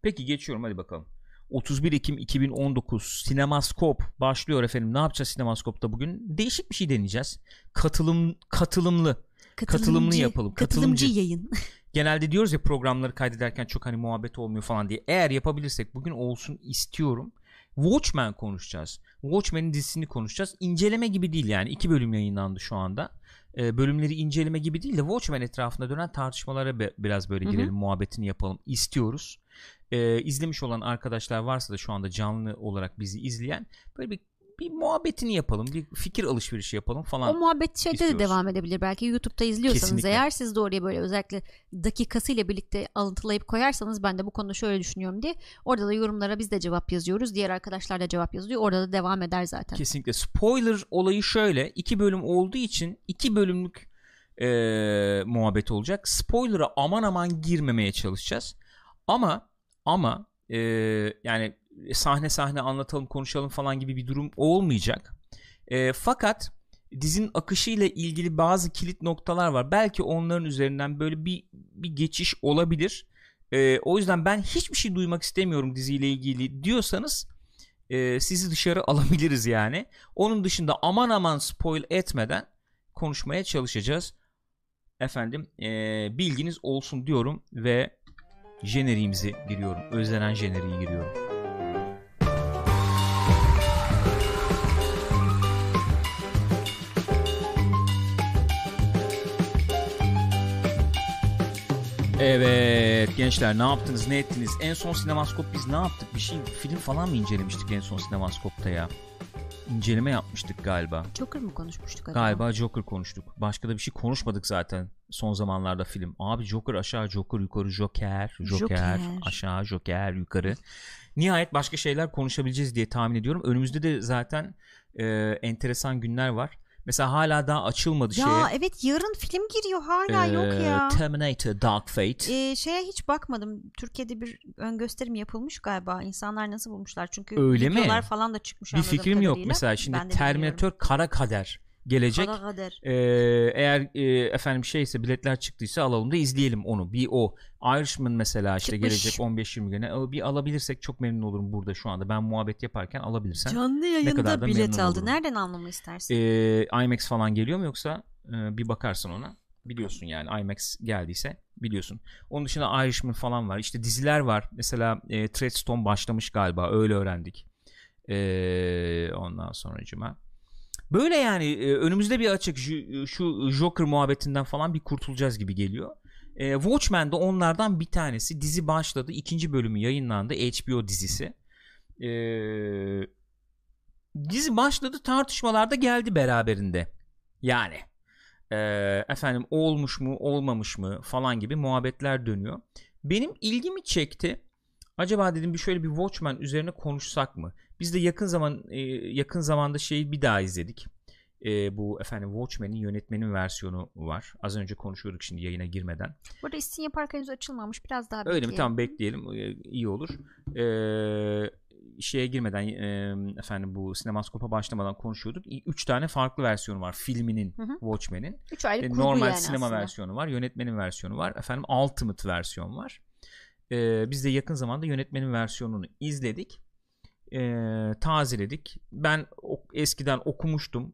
Peki geçiyorum, hadi bakalım. 31 Ekim 2019 Sinemaskop başlıyor efendim. Ne yapacağız Sinemaskop'ta bugün? Değişik bir şey deneyeceğiz. Katılımlı yapalım. Katılımcı yayın. Genelde diyoruz ya programları kaydederken çok hani muhabbet olmuyor falan diye. Eğer yapabilirsek bugün olsun istiyorum. Watchmen konuşacağız. Watchmen'in dizisini konuşacağız. İnceleme gibi değil yani. 2 bölüm yayınlandı şu anda. Bölümleri inceleme gibi değil de Watchmen etrafında dönen tartışmalara biraz böyle girelim, muhabbetini yapalım istiyoruz. İzlemiş olan arkadaşlar varsa da şu anda canlı olarak bizi izleyen, böyle bir muhabbetini yapalım, bir fikir alışverişi yapalım falan. O muhabbet şeyde istiyoruz. de devam edebilir. Belki YouTube'da izliyorsanız Kesinlikle. eğer, siz de oraya böyle özellikle dakikasıyla birlikte alıntılayıp koyarsanız, ben de bu konuda şöyle düşünüyorum diye, orada da yorumlara biz de cevap yazıyoruz. Diğer arkadaşlar da cevap yazıyor. Orada da devam eder zaten. Kesinlikle. Spoiler olayı şöyle. 2 bölüm olduğu için 2 bölümlük muhabbet olacak. Spoiler'a aman girmemeye çalışacağız. Ama yani sahne anlatalım, konuşalım falan gibi bir durum olmayacak. Fakat dizinin akışıyla ilgili bazı kilit noktalar var. Belki onların üzerinden böyle bir geçiş olabilir. O yüzden ben hiçbir şey duymak istemiyorum diziyle ilgili diyorsanız sizi dışarı alabiliriz yani. Onun dışında aman spoil etmeden konuşmaya çalışacağız. Efendim bilginiz olsun diyorum ve jeneriğimizi giriyorum. Özlenen jeneriği giriyorum. Evet gençler, ne yaptınız, ne ettiniz? En son Sinemaskop biz ne yaptık? Bir şey, film falan mı incelemiştik en son Sinemaskop'ta ya? İnceleme yapmıştık galiba. Joker mı konuşmuştuk acaba? Galiba Joker konuştuk. Başka da bir şey konuşmadık zaten son zamanlarda film. Abi Joker aşağı, Joker yukarı, Joker aşağı, Joker yukarı. Nihayet başka şeyler konuşabileceğiz diye tahmin ediyorum. Önümüzde de zaten enteresan günler var. Mesela hala daha açılmadı şeye. Ya evet, yarın film giriyor, hala yok ya. Terminator Dark Fate. Şeye hiç bakmadım. Türkiye'de bir ön gösterim yapılmış galiba. İnsanlar nasıl bulmuşlar? Çünkü öyle videolar mi? falan da çıkmış. Bir fikrim yok. Mesela şimdi Terminator Kara Kader gelecek. Kara Kader. Eğer efendim şeyse, biletler çıktıysa alalım da izleyelim onu. Bir o. Irishman mesela işte çıkmış. Gelecek 15-20 güne. Bir alabilirsek çok memnun olurum burada şu anda. Ben muhabbet yaparken alabilirsem. Canlı yayında bilet aldı. Nereden almamı istersin? IMAX falan geliyor mu yoksa bir bakarsın ona. Biliyorsun yani, IMAX geldiyse biliyorsun. Onun dışında Irishman falan var. İşte diziler var. Mesela Treadstone başlamış galiba. Öyle öğrendik. Ondan sonracıma. Böyle yani önümüzde bir açık, şu Joker muhabbetinden falan bir kurtulacağız gibi geliyor. Watchmen de onlardan bir tanesi. Dizi başladı. 2. bölümü yayınlandı. HBO dizisi. Dizi başladı. Tartışmalar da geldi beraberinde. Yani efendim olmuş mu olmamış mı falan gibi muhabbetler dönüyor. Benim ilgimi çekti. Acaba dedim bir şöyle bir Watchmen üzerine konuşsak mı? Biz de yakın zamanda şeyi bir daha izledik. Bu efendim Watchmen'in yönetmenin versiyonu var. Az önce konuşuyorduk şimdi yayına girmeden. Burada İstin yaparken henüz açılmamış. Biraz daha öyle bekleyelim. Mi? Tamam bekleyelim. İyi olur. Şeye girmeden efendim bu Sinemaskop'a başlamadan konuşuyorduk. 3 tane farklı versiyonu var filminin, Watchmen'in. 3 aylık kurgu normal yani sinema aslında. Versiyonu var. Yönetmenin versiyonu var. Efendim Ultimate versiyon var. Biz de yakın zamanda yönetmenin versiyonunu izledik. Tazeledik. Ben eskiden okumuştum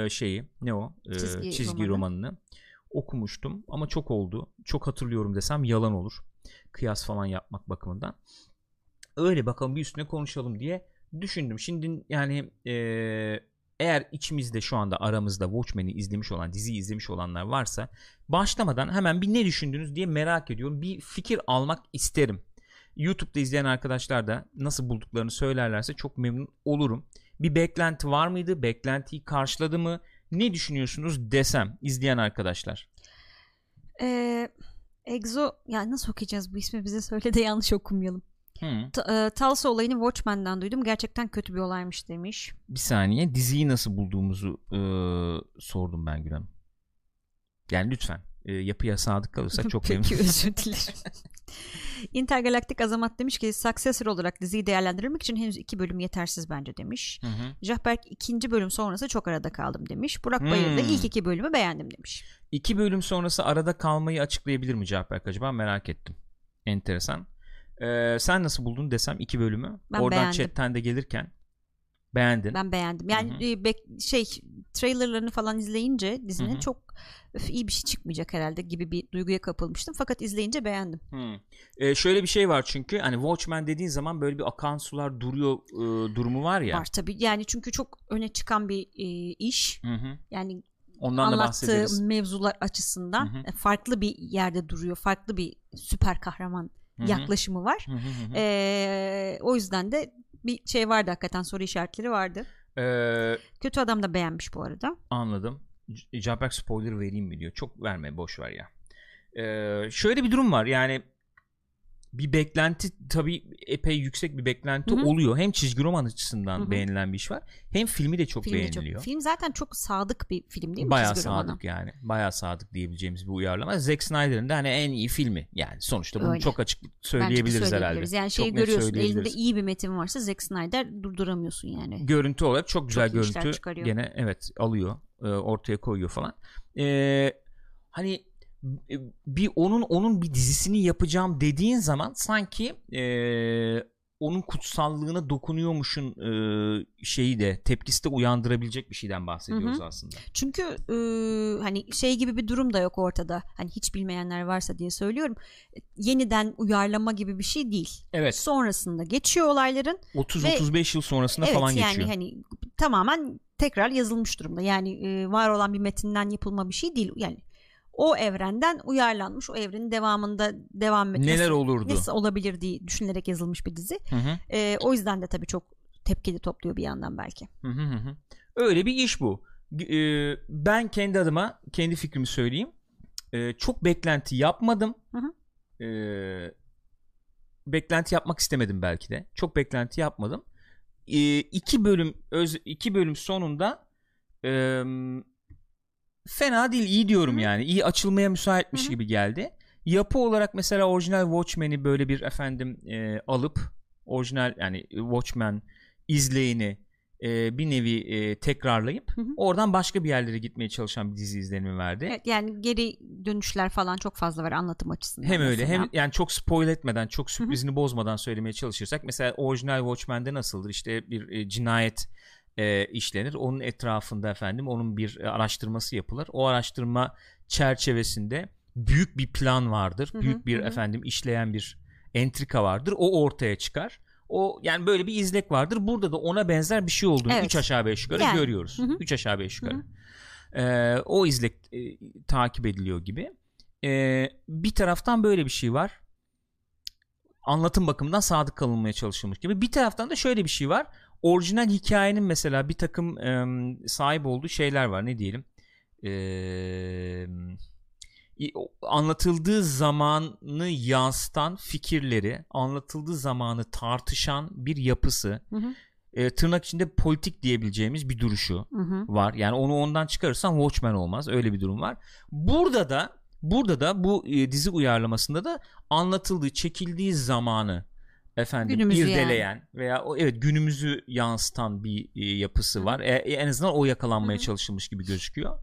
çizgi romanını okumuştum ama çok oldu. Çok hatırlıyorum desem yalan olur. Kıyas falan yapmak bakımından. Öyle bakalım bir üstüne konuşalım diye düşündüm. Şimdi yani eğer içimizde şu anda aramızda Watchmen'i izlemiş olan, diziyi izlemiş olanlar varsa başlamadan hemen bir ne düşündünüz diye merak ediyorum. Bir fikir almak isterim. YouTube'da izleyen arkadaşlar da nasıl bulduklarını söylerlerse çok memnun olurum. Bir beklenti var mıydı? Beklentiyi karşıladı mı? Ne düşünüyorsunuz desem izleyen arkadaşlar? Exo, yani nasıl okuyacağız bu ismi, bize söyle de yanlış okumayalım. Tulsa olayını Watchmen'den duydum. Gerçekten kötü bir olaymış demiş. Bir saniye, diziyi nasıl bulduğumuzu sordum ben Gül Hanım. Yani lütfen yapıya sadık kalırsak çok memnun. Peki, özür dilerim. Intergalaktik Azamat demiş ki successor olarak diziyi değerlendirmek için henüz 2 bölüm yetersiz bence demiş. Jahberk 2. bölüm sonrası çok arada kaldım demiş. Burak Bayır da ilk 2 bölümü beğendim demiş. 2 bölüm sonrası arada kalmayı açıklayabilir mi Jahberk acaba, merak ettim. Enteresan. Sen nasıl buldun desem 2 bölümü? Ben Oradan beğendim. chatten de gelirken beğendin. Ben beğendim. Yani trailerlarını falan izleyince dizinin çok iyi bir şey çıkmayacak herhalde gibi bir duyguya kapılmıştım. Fakat izleyince beğendim. Şöyle bir şey var çünkü hani Watchmen dediğin zaman böyle bir akan sular duruyor durumu var ya. Var tabii. Yani çünkü çok öne çıkan bir iş. Yani ondan da bahsederiz. Anlattığı mevzular açısından farklı bir yerde duruyor. Farklı bir süper kahraman yaklaşımı var. O yüzden de bir şey vardı, hakikaten soru işaretleri vardı. Kötü Adam da beğenmiş bu arada. Anladım. Canberk spoiler vereyim mi diyor. Çok verme, boş ver ya. Şöyle bir durum var yani, bir beklenti tabii epey yüksek bir beklenti oluyor. Hem çizgi roman açısından beğenilen bir iş var. Hem filmi de çok beğeniliyor. Film zaten çok sadık bir film değil mi? Bayağı sadık yani. Bayağı sadık diyebileceğimiz bir uyarlama. Zack Snyder'ın da hani en iyi filmi. Yani sonuçta bunu çok açık söyleyebiliriz herhalde. Yani şeyi görüyorsun, elinde iyi bir metin varsa Zack Snyder durduramıyorsun yani. Görüntü olarak çok güzel görüntü. Gene evet alıyor. Ortaya koyuyor falan. Hani bir onun bir dizisini yapacağım dediğin zaman sanki onun kutsallığına dokunuyormuşun şeyi de, tepkisi de uyandırabilecek bir şeyden bahsediyoruz aslında. Çünkü hani şey gibi bir durum da yok ortada. Hani hiç bilmeyenler varsa diye söylüyorum. Yeniden uyarlama gibi bir şey değil. Evet. Sonrasında geçiyor olayların. 30-35 yıl sonrasında falan geçiyor. Evet, yani hani tamamen tekrar yazılmış durumda. Yani var olan bir metinden yapılma bir şey değil. Yani o evrenden uyarlanmış, o evrenin devamında devam etmesi neler olurdu, nasıl olabilir diye düşünülerek yazılmış bir dizi. O yüzden de tabii çok tepkili topluyor bir yandan belki. Öyle bir iş bu. Ben kendi adıma kendi fikrimi söyleyeyim. Çok beklenti yapmadım. Beklenti yapmak istemedim belki de. Çok beklenti yapmadım. 2 bölüm sonunda fena değil, iyi diyorum yani. İyi, açılmaya müsaitmiş gibi geldi. Yapı olarak mesela orijinal Watchmen'i böyle bir alıp orijinal yani Watchmen izleyini bir nevi tekrarlayıp oradan başka bir yerlere gitmeye çalışan bir dizi izlenimi verdi. Evet, yani geri dönüşler falan çok fazla var anlatım açısından. Hem öyle hem yani çok spoil etmeden, çok sürprizini bozmadan söylemeye çalışırsak, mesela orijinal Watchmen'de nasıldır? İşte bir cinayet işlenir. Onun etrafında onun bir araştırması yapılır. O araştırma çerçevesinde büyük bir plan vardır. Büyük bir işleyen bir entrika vardır. O ortaya çıkar. O yani böyle bir izlek vardır. Burada da ona benzer bir şey olduğunu 3 aşağı 5 yukarı görüyoruz. 3 aşağı 5 yukarı. O izlek takip ediliyor gibi. Bir taraftan böyle bir şey var. Anlatım bakımından sadık kalınmaya çalışılmış gibi. Bir taraftan da şöyle bir şey var. Orijinal hikayenin mesela bir takım sahip olduğu şeyler var. Ne diyelim? Anlatıldığı zamanı yansıtan fikirleri, anlatıldığı zamanı tartışan bir yapısı, tırnak içinde politik diyebileceğimiz bir duruşu var. Yani onu ondan çıkarırsan Watchmen olmaz. Öyle bir durum var. Burada da bu dizi uyarlamasında da anlatıldığı, çekildiği zamanı günümüzü irdeleyen veya günümüzü yansıtan bir yapısı var. En azından o yakalanmaya çalışılmış gibi gözüküyor.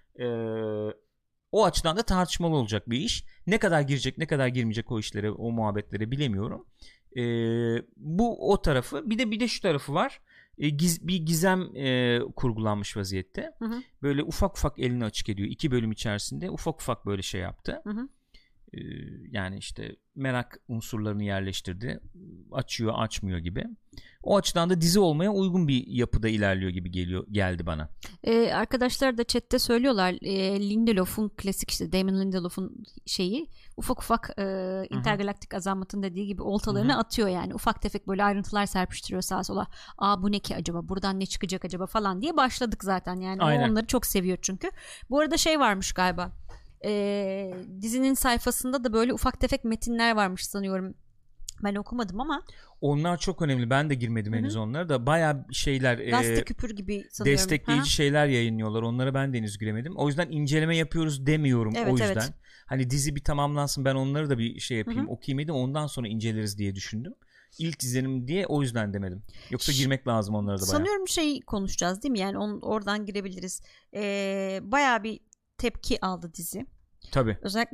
O açıdan da tartışmalı olacak bir iş. Ne kadar girecek, ne kadar girmeyecek o işlere, o muhabbetlere bilemiyorum. Bu o tarafı. Bir de şu tarafı var. Bir gizem kurgulanmış vaziyette. Böyle ufak ufak elini açık ediyor. 2 bölüm içerisinde ufak ufak böyle şey yaptı. Yani işte merak unsurlarını yerleştirdi. Açıyor, açmıyor gibi. O açıdan da dizi olmaya uygun bir yapıda ilerliyor gibi geldi bana. Arkadaşlar da chatte söylüyorlar, Lindelof'un klasik, işte Damon Lindelof'un şeyi ufak ufak Intergalaktik Azamat'ın dediği gibi oltalarını atıyor yani. Ufak tefek böyle ayrıntılar serpiştiriyor sağa sola. Bu ne ki acaba? Buradan ne çıkacak acaba falan diye başladık zaten yani. O onları çok seviyor çünkü. Bu arada şey varmış galiba. Dizinin sayfasında da böyle ufak tefek metinler varmış sanıyorum. Ben okumadım ama. Onlar çok önemli. Ben de girmedim henüz onlara da. Bayağı şeyler. Gazete küpür gibi sanıyorum. Destekleyici şeyler yayınlıyorlar. Onları ben de henüz giremedim. O yüzden inceleme yapıyoruz demiyorum. O yüzden. Evet. Hani dizi bir tamamlansın, ben onları da bir şey yapayım, okuyayım dedim. Ondan sonra inceleriz diye düşündüm. İlk izlenim diye o yüzden demedim. Yoksa girmek lazım onlara da bayağı. Sanıyorum şey konuşacağız değil mi? Yani oradan girebiliriz. Bayağı bir tepki aldı dizi. Tabii. Özellikle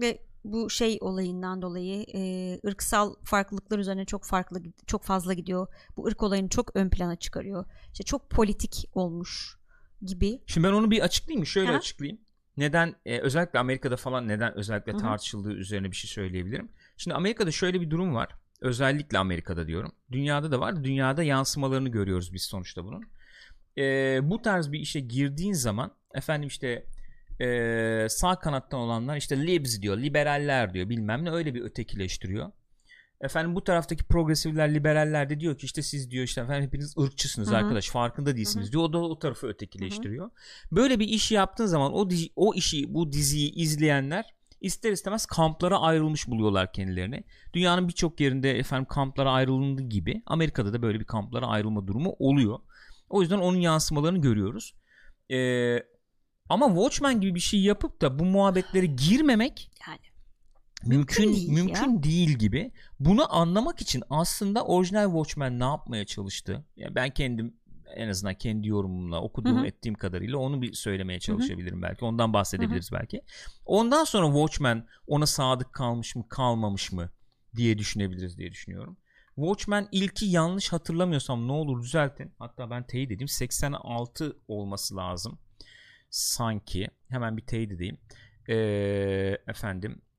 bu şey olayından dolayı ırksal farklılıklar üzerine çok fazla gidiyor. Bu ırk olayını çok ön plana çıkarıyor. İşte çok politik olmuş gibi. Şimdi ben onu bir açıklayayım mı? Şöyle açıklayayım. Neden özellikle Amerika'da falan neden özellikle tartışıldığı üzerine bir şey söyleyebilirim. Şimdi Amerika'da şöyle bir durum var. Özellikle Amerika'da diyorum. Dünyada da var. Dünyada yansımalarını görüyoruz biz sonuçta bunun. Bu tarz bir işe girdiğin zaman efendim işte sağ kanattan olanlar işte libs diyor, liberaller diyor, bilmem ne, öyle bir ötekileştiriyor. Efendim bu taraftaki progresifler, liberaller de diyor ki işte siz diyor işte efendim hepiniz ırkçısınız arkadaş, farkında değilsiniz diyor. O da o tarafı ötekileştiriyor. Böyle bir iş yaptığın zaman bu diziyi izleyenler ister istemez kamplara ayrılmış buluyorlar kendilerini. Dünyanın birçok yerinde efendim kamplara ayrılındığı gibi Amerika'da da böyle bir kamplara ayrılma durumu oluyor. O yüzden onun yansımalarını görüyoruz. Ama Watchmen gibi bir şey yapıp da bu muhabbetlere girmemek yani mümkün değil gibi. Bunu anlamak için aslında orijinal Watchmen ne yapmaya çalıştı? Yani ben kendim en azından kendi yorumumla okuduğum ettiğim kadarıyla onu bir söylemeye çalışabilirim belki. Ondan bahsedebiliriz belki. Ondan sonra Watchmen ona sadık kalmış mı kalmamış mı diye düşünebiliriz diye düşünüyorum. Watchmen ilki yanlış hatırlamıyorsam, ne olur düzeltin. Hatta ben teyit edeyim, 86 olması lazım sanki. Hemen bir teyit edeyim. Efendim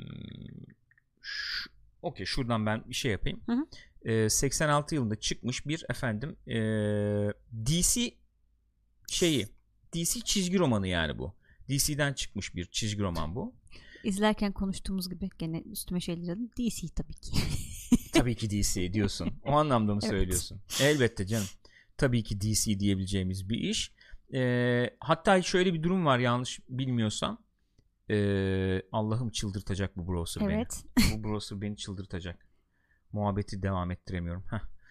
okey, şuradan ben bir şey yapayım. 86 yılında çıkmış bir efendim DC çizgi romanı yani bu. DC'den çıkmış bir çizgi roman bu. İzlerken konuştuğumuz gibi gene üstüme şey dedim. DC tabii ki. Tabii ki DC diyorsun. O anlamda mı söylüyorsun? Elbette canım. Tabii ki DC diyebileceğimiz bir iş. Hatta şöyle bir durum var, yanlış bilmiyorsam. Allah'ım çıldırtacak bu browser beni. Bu browser beni çıldırtacak. Muhabbeti devam ettiremiyorum.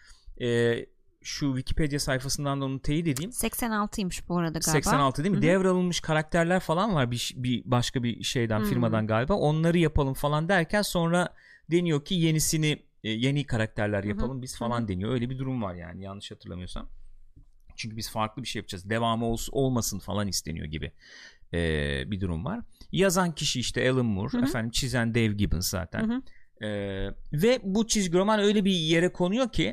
Şu Wikipedia sayfasından da onu teyit edeyim. 86'ymış bu arada galiba. 86 değil mi? Devralınmış karakterler falan var bir başka bir şeyden, firmadan galiba. Onları yapalım falan derken sonra deniyor ki yeni karakterler yapalım biz falan deniyor. Öyle bir durum var yani, yanlış hatırlamıyorsam. Çünkü biz farklı bir şey yapacağız. Devamı olmasın falan isteniyor gibi bir durum var. Yazan kişi işte Alan Moore, efendim çizen Dave Gibbons zaten. Ve bu çizgi roman öyle bir yere konuyor ki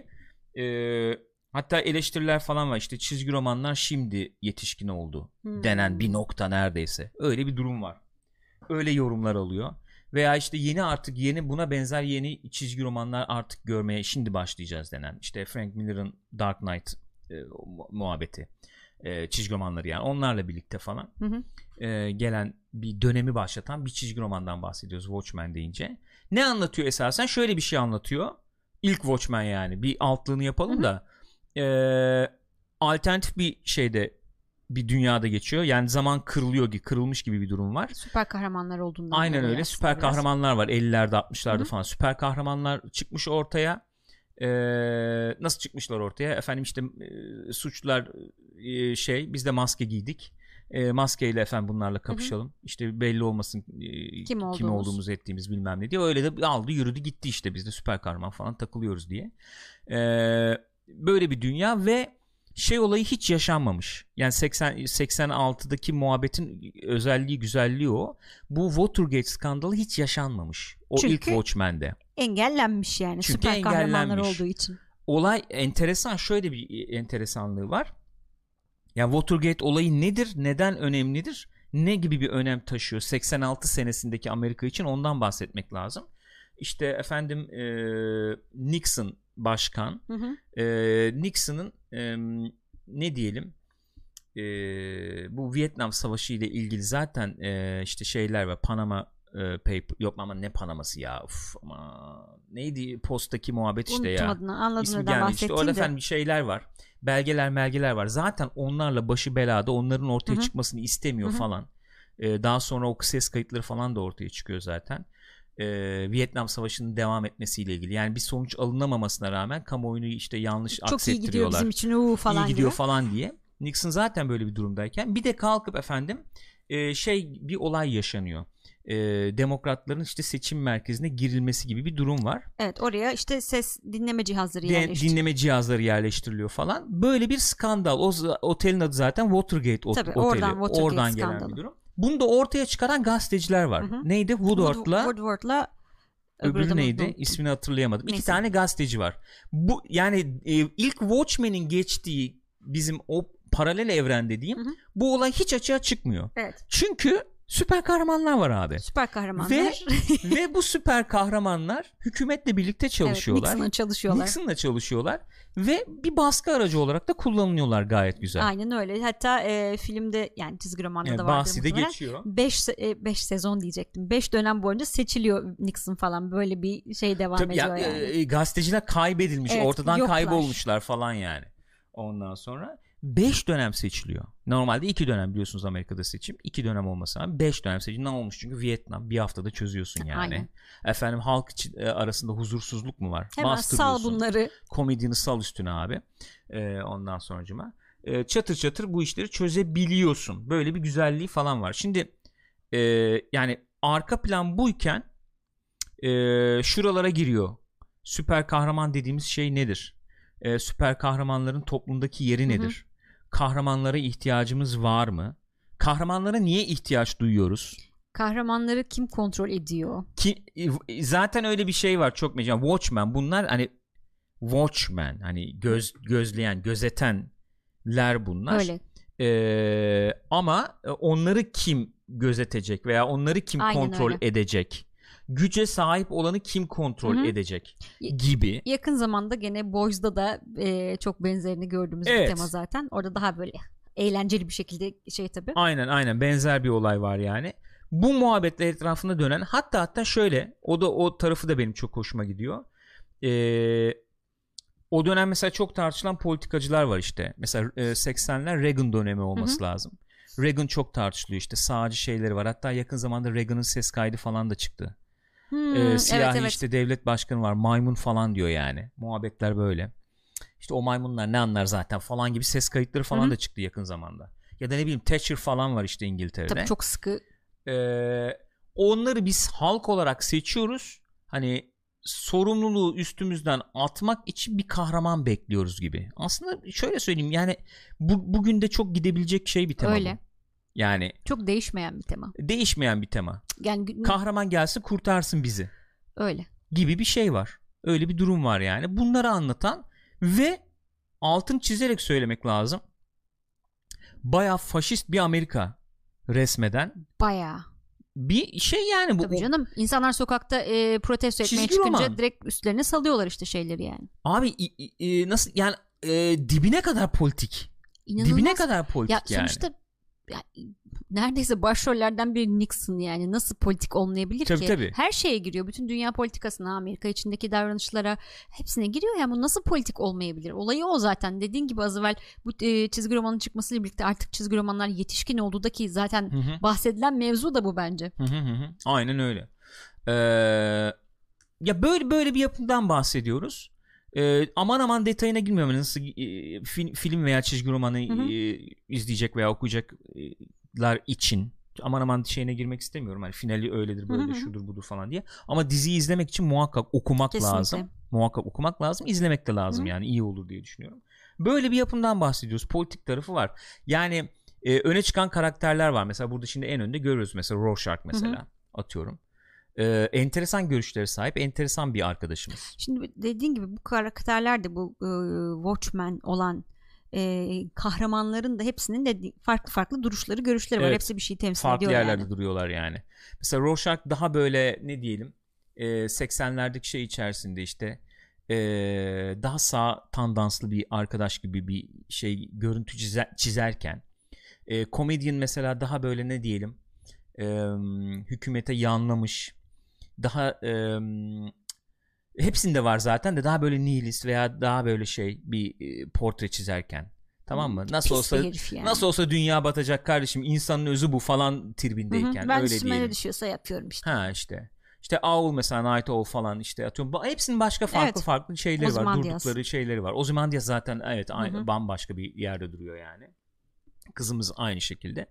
hatta eleştiriler falan var, işte çizgi romanlar şimdi yetişkin oldu denen bir nokta neredeyse. Öyle bir durum var. Öyle yorumlar alıyor. Veya işte yeni buna benzer yeni çizgi romanlar artık görmeye şimdi başlayacağız denen. İşte Frank Miller'ın Dark Knight muhabbeti. Çizgi romanları yani, onlarla birlikte falan gelen bir dönemi başlatan bir çizgi romandan bahsediyoruz Watchmen deyince. Ne anlatıyor esasen? Şöyle bir şey anlatıyor. İlk Watchmen yani. Bir altlığını yapalım da alternatif bir bir dünyada geçiyor. Yani zaman kırılmış gibi bir durum var. Süper kahramanlar olduğundan. Aynen öyle. Süper kahramanlar var. 50'lerde 60'larda falan. Süper kahramanlar çıkmış ortaya. Nasıl çıkmışlar ortaya? Efendim işte suçlular biz de maske giydik. Maskeyle efendim bunlarla kapışalım. İşte belli olmasın kim olduğumuz ettiğimiz bilmem ne diye. Öyle de aldı yürüdü gitti, işte biz de süper kahraman falan takılıyoruz diye. Böyle bir dünya ve olayı hiç yaşanmamış. Yani 86'daki muhabbetin özelliği, güzelliği o. Bu Watergate skandalı hiç yaşanmamış. Çünkü ilk Watchmen'de. Engellenmiş yani. Çünkü süper kahramanlar olduğu için. Olay enteresan. Şöyle bir enteresanlığı var. Yani Watergate olayı nedir? Neden önemlidir? Ne gibi bir önem taşıyor 86 senesindeki Amerika için, ondan bahsetmek lazım. İşte efendim Nixon başkan. Nixon'ın ne diyelim bu Vietnam Savaşı ile ilgili zaten işte şeyler var. Panama paper, yok ama ne Panaması ya, ama neydi postaki muhabbet işte ya. Anladım neden bahsettiğinde. İşte orada efendim şeyler var. Belgeler var. Zaten onlarla başı belada, onların ortaya çıkmasını istemiyor falan. Daha sonra o ses kayıtları falan da ortaya çıkıyor zaten. Vietnam Savaşı'nın devam etmesiyle ilgili. Yani bir sonuç alınamamasına rağmen kamuoyunu işte yanlış çok aksettiriyorlar. Çok iyi gidiyor bizim için falan iyi gidiyor falan diye. Nixon zaten böyle bir durumdayken bir de kalkıp efendim bir olay yaşanıyor. Demokratların işte seçim merkezine girilmesi gibi bir durum var. Evet, oraya işte ses dinleme cihazları yerleştiriliyor falan. Böyle bir skandal. O otelin adı zaten Watergate Tabii, oteli. Watergate oradan skandalı. gelen bir durum. Bunda ortaya çıkaran gazeteciler var. Neydi? Woodward'la öbürü neydi? İsmini hatırlayamadım. Neyse. 2 tane gazeteci var. Bu yani ilk Watchmen'in geçtiği bizim o paralel evren dediğim bu olay hiç açığa çıkmıyor. Evet. Çünkü süper kahramanlar var abi. Süper kahramanlar. Ve bu süper kahramanlar hükümetle birlikte çalışıyorlar. Evet, Nixon'la çalışıyorlar. Ve bir baskı aracı olarak da kullanılıyorlar gayet güzel. Aynen öyle. Hatta filmde yani çizgi romanda da vardır bahsi de geçiyor. 5 sezon diyecektim. 5 dönem boyunca seçiliyor Nixon falan. Böyle bir şey devam ediyor yani. Gazeteciler kaybedilmiş. Evet, ortadan yoklar. Kaybolmuşlar falan yani. Ondan sonra 5 dönem seçiliyor. Normalde 2 dönem biliyorsunuz Amerika'da seçim. 2 dönem olmasa rağmen 5 dönem seçim. Ne olmuş çünkü Vietnam bir haftada çözüyorsun yani. Aynen. Efendim halk arasında huzursuzluk mu var? Hemen sal bunları. Komedini sal üstüne abi. Ondan sonracıma. Çatır çatır bu işleri çözebiliyorsun. Böyle bir güzelliği falan var. Şimdi yani arka plan buyken şuralara giriyor. Süper kahraman dediğimiz şey nedir? Süper kahramanların toplumdaki yeri nedir? Kahramanlara ihtiyacımız var mı? Kahramanlara niye ihtiyaç duyuyoruz? Kahramanları kim kontrol ediyor? Zaten öyle bir şey var çok mecbur. Watchmen bunlar hani Watchmen hani gözleyen, gözetenler bunlar. Öyle. Ama onları kim gözetecek veya onları kim kontrol edecek? Güce sahip olanı kim kontrol edecek gibi. Yakın zamanda gene Boys'da da çok benzerini gördüğümüz bir tema zaten. Orada daha böyle eğlenceli bir şekilde tabii. Aynen benzer bir olay var yani. Bu muhabbetler etrafında dönen hatta şöyle o tarafı da benim çok hoşuma gidiyor. O dönem mesela çok tartışılan politikacılar var işte. Mesela 80'ler Reagan dönemi olması lazım. Reagan çok tartışılıyor işte sağcı şeyleri var. Hatta yakın zamanda Reagan'ın ses kaydı falan da çıktı. Siyahi işte devlet başkanı var maymun falan diyor yani muhabbetler böyle işte o maymunlar ne anlar zaten falan gibi ses kayıtları falan da çıktı yakın zamanda ya da ne bileyim Thatcher falan var işte İngiltere'de tabii çok sıkı onları biz halk olarak seçiyoruz hani sorumluluğu üstümüzden atmak için bir kahraman bekliyoruz gibi aslında şöyle söyleyeyim yani bugün de çok gidebilecek şey bir tema öyle. Bu. Yani çok değişmeyen bir tema. Yani kahraman gelsin kurtarsın bizi. Öyle. Gibi bir şey var. Öyle bir durum var yani. Bunları anlatan ve altın çizerek söylemek lazım. Bayağı faşist bir Amerika resmeden. Bayağı. Bir şey yani bu. Tabii canım. İnsanlar sokakta protesto etmeye çıkınca direkt üstlerine salıyorlar işte şeyleri yani. Abi nasıl yani dibine kadar politik. İnanılmaz. Dibine kadar politik ya, yani. Sonuçta neredeyse başrollerden biri Nixon yani nasıl politik olmayabilir ki? Tabii. Her şeye giriyor. Bütün dünya politikasına, Amerika içindeki davranışlara hepsine giriyor. Yani bu nasıl politik olmayabilir? Olayı o zaten. Dediğin gibi az evvel bu çizgi romanın çıkmasıyla birlikte artık çizgi romanlar yetişkin oldu da ki zaten bahsedilen mevzu da bu bence. Aynen öyle. Ya böyle bir yapımdan bahsediyoruz. Aman detayına girmiyorum. Nasıl film veya çizgi romanı izleyecek veya okuyacaklar için aman şeyine girmek istemiyorum. Hani finali öyledir böyle şudur budur falan diye. Ama diziyi izlemek için muhakkak okumak Kesinlikle. lazım. Muhakkak okumak lazım. İzlemek de lazım yani iyi olur diye düşünüyorum. Böyle bir yapımdan bahsediyoruz. Politik tarafı var. Yani öne çıkan karakterler var. Mesela burada şimdi en önde görüyoruz. Mesela Rorschach mesela atıyorum. Enteresan görüşlere sahip enteresan bir arkadaşımız. Şimdi dediğin gibi bu karakterler de bu Watchmen olan kahramanların da hepsinin de farklı duruşları görüşleri var. Hepsi bir şey temsil farklı ediyor yerlerde yani. duruyorlar yani. Mesela Rorschach daha böyle ne diyelim 80'lerdeki şey içerisinde işte daha sağ tandanslı bir arkadaş gibi bir şey görüntü çizerken Comedian mesela daha böyle ne diyelim hükümete yanlamış daha hepsinde var zaten de daha böyle nihilist veya daha böyle şey bir portre çizerken tamam mı? Nasıl olsa dünya batacak kardeşim insanın özü bu falan tribindeyken ben öyle diyelim. Ben düşüyorsa yapıyorum işte. İşte Owl mesela Night Owl falan işte atıyorum. Hepsinin başka farklı şeyleri var. Durdukları şeyleri var. Ozymandias zaten aynı bambaşka bir yerde duruyor yani. Kızımız aynı şekilde.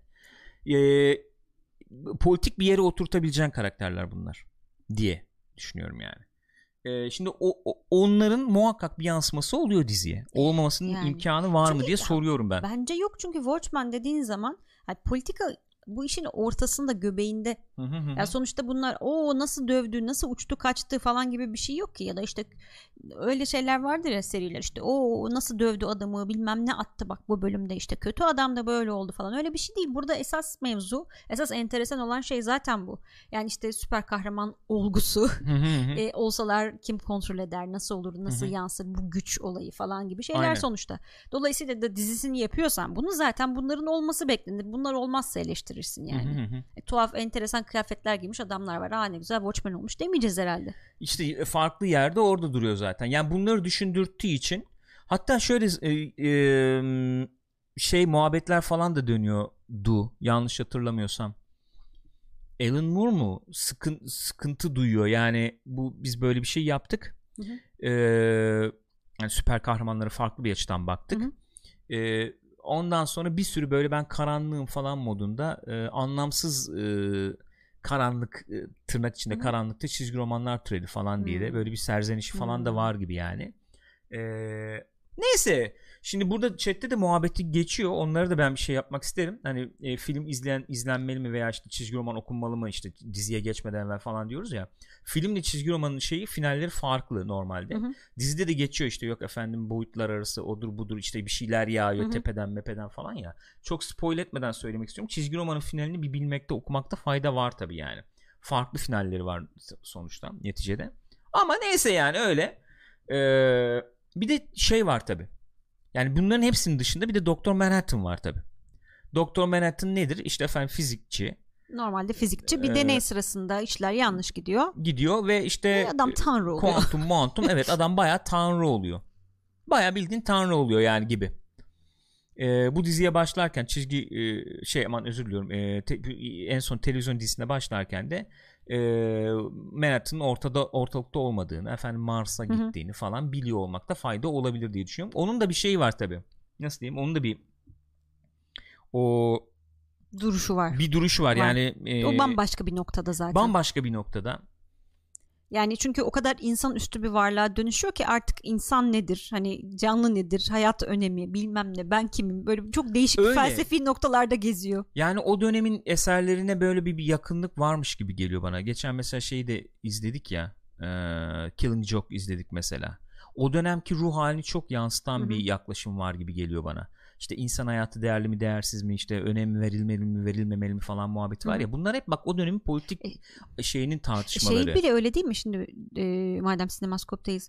Politik bir yere oturtabileceğin karakterler bunlar diye düşünüyorum yani. Şimdi onların muhakkak bir yansıması oluyor diziye. Olmamasının imkanı var mı diye soruyorum ben. Bence yok çünkü Watchmen dediğin zaman politika bu işin ortasında, göbeğinde. Yani sonuçta bunlar o nasıl dövdü, nasıl uçtu kaçtı falan gibi bir şey yok ki. Ya da işte öyle şeyler vardır ya, seriler, işte o nasıl dövdü adamı, bilmem ne attı bak bu bölümde, işte kötü adam da böyle oldu falan, öyle bir şey değil. Burada esas mevzu, esas enteresan olan şey zaten bu. Yani işte süper kahraman olgusu olsalar kim kontrol eder, nasıl olur, nasıl yansır bu güç olayı falan gibi şeyler. Aynen. Sonuçta. Dolayısıyla da dizisini yapıyorsan bunu, zaten bunların olması beklenir. Bunlar olmazsa eleştirirsin yani. Tuhaf, enteresan kıyafetler giymiş adamlar var. Ne güzel Watchmen olmuş demeyeceğiz herhalde. İşte farklı yerde orada duruyor zaten. Yani bunları düşündürttüğü için, hatta şöyle muhabbetler falan da dönüyordu yanlış hatırlamıyorsam. Alan Moore mu sıkıntı duyuyor. Yani biz böyle bir şey yaptık. Yani süper kahramanlara farklı bir açıdan baktık. Ondan sonra bir sürü böyle ben karanlığım falan modunda anlamsız karanlık, tırnak içinde karanlıkta çizgi romanlar türedi falan diye de böyle bir serzenişi falan da var gibi yani. Neyse, şimdi burada chatte de muhabbeti geçiyor. Onlara da ben bir şey yapmak isterim. Hani film izlenmeli mi veya işte çizgi roman okunmalı mı, işte diziye geçmeden evvel falan diyoruz ya. Filmle çizgi romanın finalleri farklı normalde. Dizide de geçiyor işte, yok efendim boyutlar arası odur budur, işte bir şeyler yağıyor tepeden mepeden falan ya. Çok spoil etmeden söylemek istiyorum. Çizgi romanın finalini bir bilmekte, okumakta fayda var tabii yani. Farklı finalleri var sonuçta neticede. Ama neyse yani öyle. Bir de var tabii. Yani bunların hepsinin dışında bir de Doktor Manhattan var tabii. Doktor Manhattan nedir? İşte efendim fizikçi. Normalde fizikçi, bir deney sırasında işler yanlış gidiyor ve işte adam tanrı oluyor. Kuantum evet, adam bayağı tanrı oluyor. Bayağı bildiğin tanrı oluyor yani gibi. Bu diziye başlarken özür diliyorum. En son televizyon dizisine başlarken de Manhattan'ın ortalıkta olmadığını, efendim Mars'a gittiğini falan biliyor olmakta fayda olabilir diye düşünüyorum. Onun da bir şeyi var tabii. Nasıl diyeyim? Onun da bir duruşu var. Bir duruşu var. Yani o bambaşka bir noktada zaten. Bambaşka bir noktada. Yani çünkü o kadar insanüstü bir varlığa dönüşüyor ki artık insan nedir? Hani canlı nedir? Hayat önemi, bilmem ne, ben kimim? Böyle çok değişik felsefi noktalarda geziyor. Yani o dönemin eserlerine böyle bir yakınlık varmış gibi geliyor bana. Geçen mesela şeyi de izledik ya. Killing Joke izledik mesela. O dönemki ruh halini çok yansıtan bir yaklaşım var gibi geliyor bana. İşte insan hayatı değerli mi değersiz mi, işte önem verilmeli mi verilmemeli mi falan muhabbeti var ya. Bunlar hep bak o dönemin politik şeyinin tartışmaları. Şey bile öyle değil mi şimdi, madem Sinemaskop'tayız,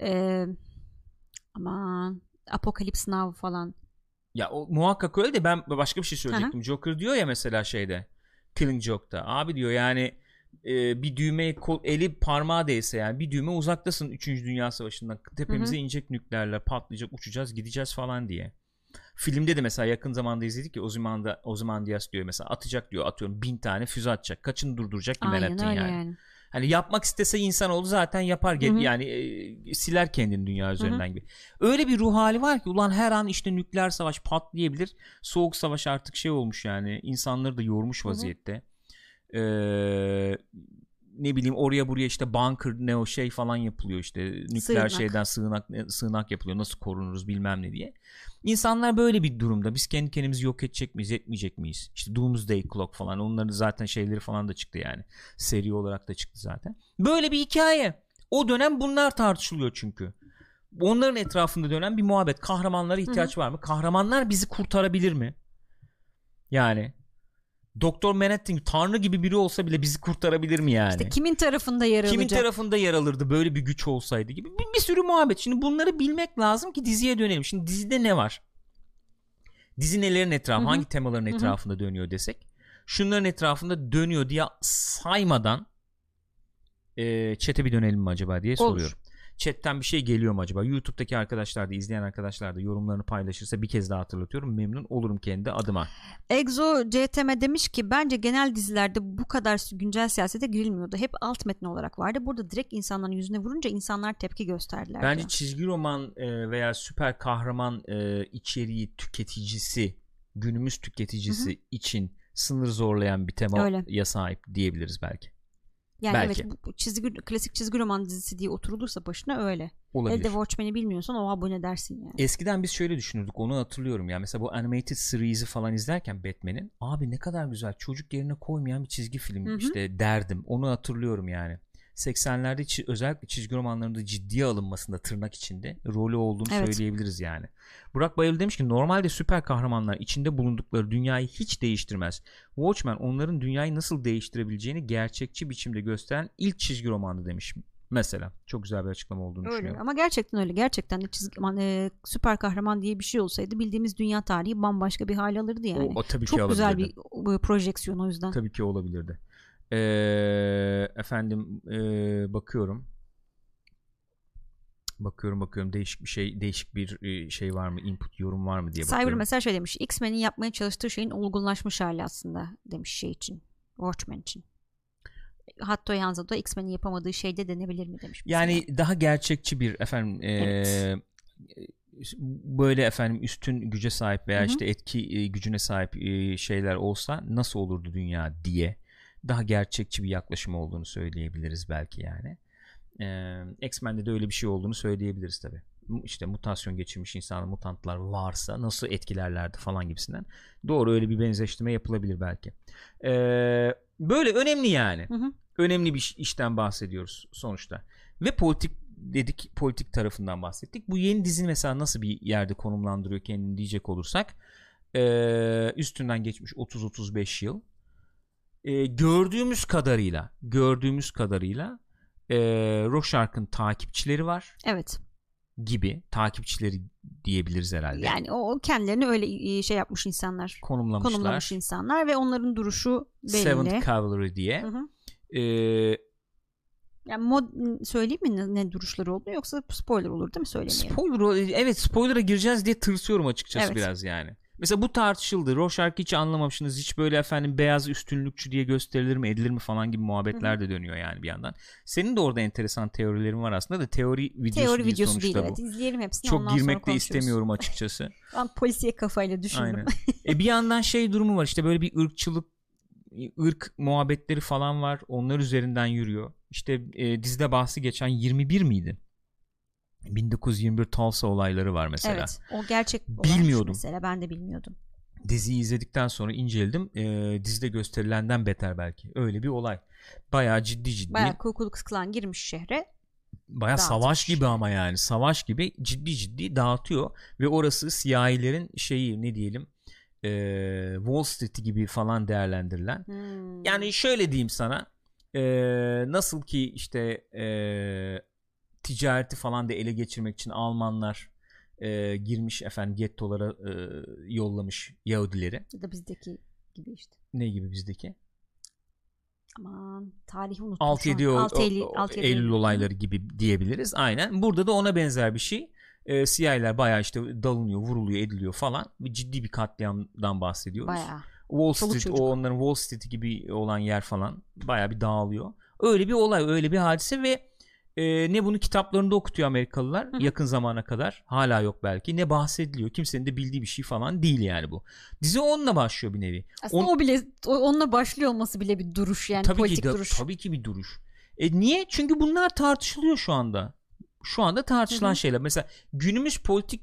aman Apocalypse Now falan. Ya o muhakkak öyle de ben başka bir şey söyleyecektim. Joker diyor ya mesela Killing Joke'da. Abi diyor yani bir düğmeye eli parmağı değse, yani bir düğme uzaktasın 3. Dünya Savaşı'ndan, tepemize inecek nükleerler, patlayacak, uçacağız gideceğiz falan diye. Filmde de mesela yakın zamanda izledik ya, Ozymandias diyor mesela, atacak diyor, atıyorum 1000 tane füze atacak, kaçını durduracak ki Manhattan yani. Hani yapmak istese insanoğlu zaten yapar, yani siler kendini dünya üzerinden gibi. Öyle bir ruh hali var ki ulan her an işte nükleer savaş patlayabilir. Soğuk savaş artık olmuş yani, insanları da yormuş vaziyette. Ne bileyim oraya buraya işte bunker falan yapılıyor, işte nükleer şeyden sığınak yapılıyor, nasıl korunuruz bilmem ne diye. İnsanlar böyle bir durumda, biz kendi kendimizi yok edecek miyiz, etmeyecek miyiz? İşte Doomsday Clock falan, onların zaten şeyleri falan da çıktı yani, seri olarak da çıktı zaten. Böyle bir hikaye. O dönem bunlar tartışılıyor çünkü. Onların etrafında dönen bir muhabbet. Kahramanlara ihtiyaç var mı? Kahramanlar bizi kurtarabilir mi? Yani Doktor Manhattan tanrı gibi biri olsa bile bizi kurtarabilir mi yani? İşte kimin tarafında yer alacak? Kimin tarafında yer alırdı böyle bir güç olsaydı gibi bir sürü muhabbet. Şimdi bunları bilmek lazım ki diziye dönelim. Şimdi dizide ne var? Dizi nelerin etrafı, hangi temaların etrafında dönüyor desek? Şunların etrafında dönüyor diye saymadan chat'e bir dönelim mi acaba diye soruyorum. Chat'ten bir şey geliyor mu acaba? YouTube'daki arkadaşlar da, izleyen arkadaşlar da yorumlarını paylaşırsa bir kez daha hatırlatıyorum, memnun olurum kendi adıma. Exo CTM demiş ki bence genel dizilerde bu kadar güncel siyasete girilmiyordu. Hep alt metni olarak vardı. Burada direkt insanların yüzüne vurunca insanlar tepki gösterdiler. Bence diyor. Çizgi roman veya süper kahraman içeriği tüketicisi, günümüz tüketicisi için sınır zorlayan bir temaya sahip diyebiliriz belki. Yani belki. evet, bu klasik çizgi roman dizisi diye oturulursa başına öyle. Olabilir. Elde Watchmen'i bilmiyorsan o abone dersin yani. Eskiden biz şöyle düşünürdük, onu hatırlıyorum ya. Mesela bu animated series'i falan izlerken Batman'in, abi ne kadar güzel, çocuk yerine koymayan bir çizgi film işte derdim. Onu hatırlıyorum yani. 80'lerde özellikle çizgi romanlarında ciddiye alınmasında tırnak içinde rolü olduğunu söyleyebiliriz yani. Burak Bayırlı demiş ki normalde süper kahramanlar içinde bulundukları dünyayı hiç değiştirmez. Watchmen onların dünyayı nasıl değiştirebileceğini gerçekçi biçimde gösteren ilk çizgi romandı demiş. Mesela çok güzel bir açıklama olduğunu düşünüyorum. Ama gerçekten öyle. Gerçekten de süper kahraman diye bir şey olsaydı bildiğimiz dünya tarihi bambaşka bir hal alırdı yani. O tabii çok ki güzel bir projeksiyon o yüzden. Tabii ki olabilirdi. Efendim bakıyorum değişik bir şey var mı, input yorum var mı diye bakıyorum. Cyber mesela şey demiş, X-Men'in yapmaya çalıştığı şeyin olgunlaşmış hali aslında demiş şey için, Watchmen için. Hatta Hanzo da X-Men'in yapamadığı şey de denebilir mi demiş mesela. Yani daha gerçekçi bir böyle efendim üstün güce sahip veya işte etki gücüne sahip şeyler olsa nasıl olurdu dünya diye daha gerçekçi bir yaklaşım olduğunu söyleyebiliriz belki yani. X-Men'de de öyle bir şey olduğunu söyleyebiliriz tabii. İşte mutasyon geçirmiş insanlar, mutantlar varsa nasıl etkilerlerdi falan gibisinden. Doğru, öyle bir benzeştirme yapılabilir belki. Böyle önemli yani. Önemli bir işten bahsediyoruz sonuçta. Ve politik tarafından bahsettik. Bu yeni dizi mesela nasıl bir yerde konumlandırıyor kendini diyecek olursak, üstünden geçmiş 30-35 yıl. Gördüğümüz kadarıyla Rorschach'ın takipçileri var. Evet. Gibi takipçileri diyebiliriz herhalde. Yani o kendilerini öyle şey yapmış insanlar. Konumlamış insanlar ve onların duruşu belli. Seventh Cavalry diye. Yani söyleyeyim mi ne duruşları oldu, yoksa spoiler olur değil mi, söylemeyelim. Evet, spoiler'a gireceğiz diye tırsıyorum açıkçası biraz yani. Mesela bu tartışıldı. Rorschach'ı hiç anlamamışsınız. Hiç böyle efendim beyaz üstünlükçü diye gösterilir mi, edilir mi falan gibi muhabbetler de dönüyor yani bir yandan. Senin de orada enteresan teorilerin var aslında da teori videosu değil, evet. İzleyelim hepsini. Çok girmek de istemiyorum açıkçası. Ben polisiye kafayla düşündüm. Aynen. Bir yandan şey durumu var, işte böyle bir ırk muhabbetleri falan var. Onlar üzerinden yürüyor. İşte dizide bahsi geçen 21 miydi? 1921 Tulsa olayları var mesela. Evet, o gerçek bilmiyordum mesela, ben de bilmiyordum. Diziyi izledikten sonra inceledim. Dizide gösterilenden beter belki. Öyle bir olay. Bayağı ciddi. Bayağı Ku Klux Klan girmiş şehre. Bayağı savaş gibi ama yani. Savaş gibi ciddi dağıtıyor. Ve orası siyahilerin şeyi, ne diyelim, Wall Street gibi falan değerlendirilen. Yani şöyle diyeyim sana. Nasıl ki işte ticareti falan da ele geçirmek için Almanlar girmiş efendim, gettolara yollamış Yahudileri. Ya da bizdeki gibi işte. Ne gibi bizdeki? Aman, tarihi unuttum. 6-7 Eylül olayları gibi diyebiliriz. Aynen. Burada da ona benzer bir şey. Siyahiler bayağı işte dalınıyor, vuruluyor, ediliyor falan. Ciddi bir katliamdan bahsediyoruz. Bayağı. Wall Street, o onların Wall Street gibi olan yer falan bayağı bir dağılıyor. Öyle bir olay, öyle bir hadise ve ne bunu kitaplarında okutuyor Amerikalılar yakın zamana kadar. Hala yok belki. Ne bahsediliyor. Kimsenin de bildiği bir şey falan değil yani bu. Dizi onunla başlıyor bir nevi. Aslında o bile, onunla başlıyor olması bile bir duruş yani, tabii politik ki duruş. Tabii ki bir duruş. Niye? Çünkü bunlar tartışılıyor şu anda. Şu anda tartışılan şeyler. Mesela günümüz politik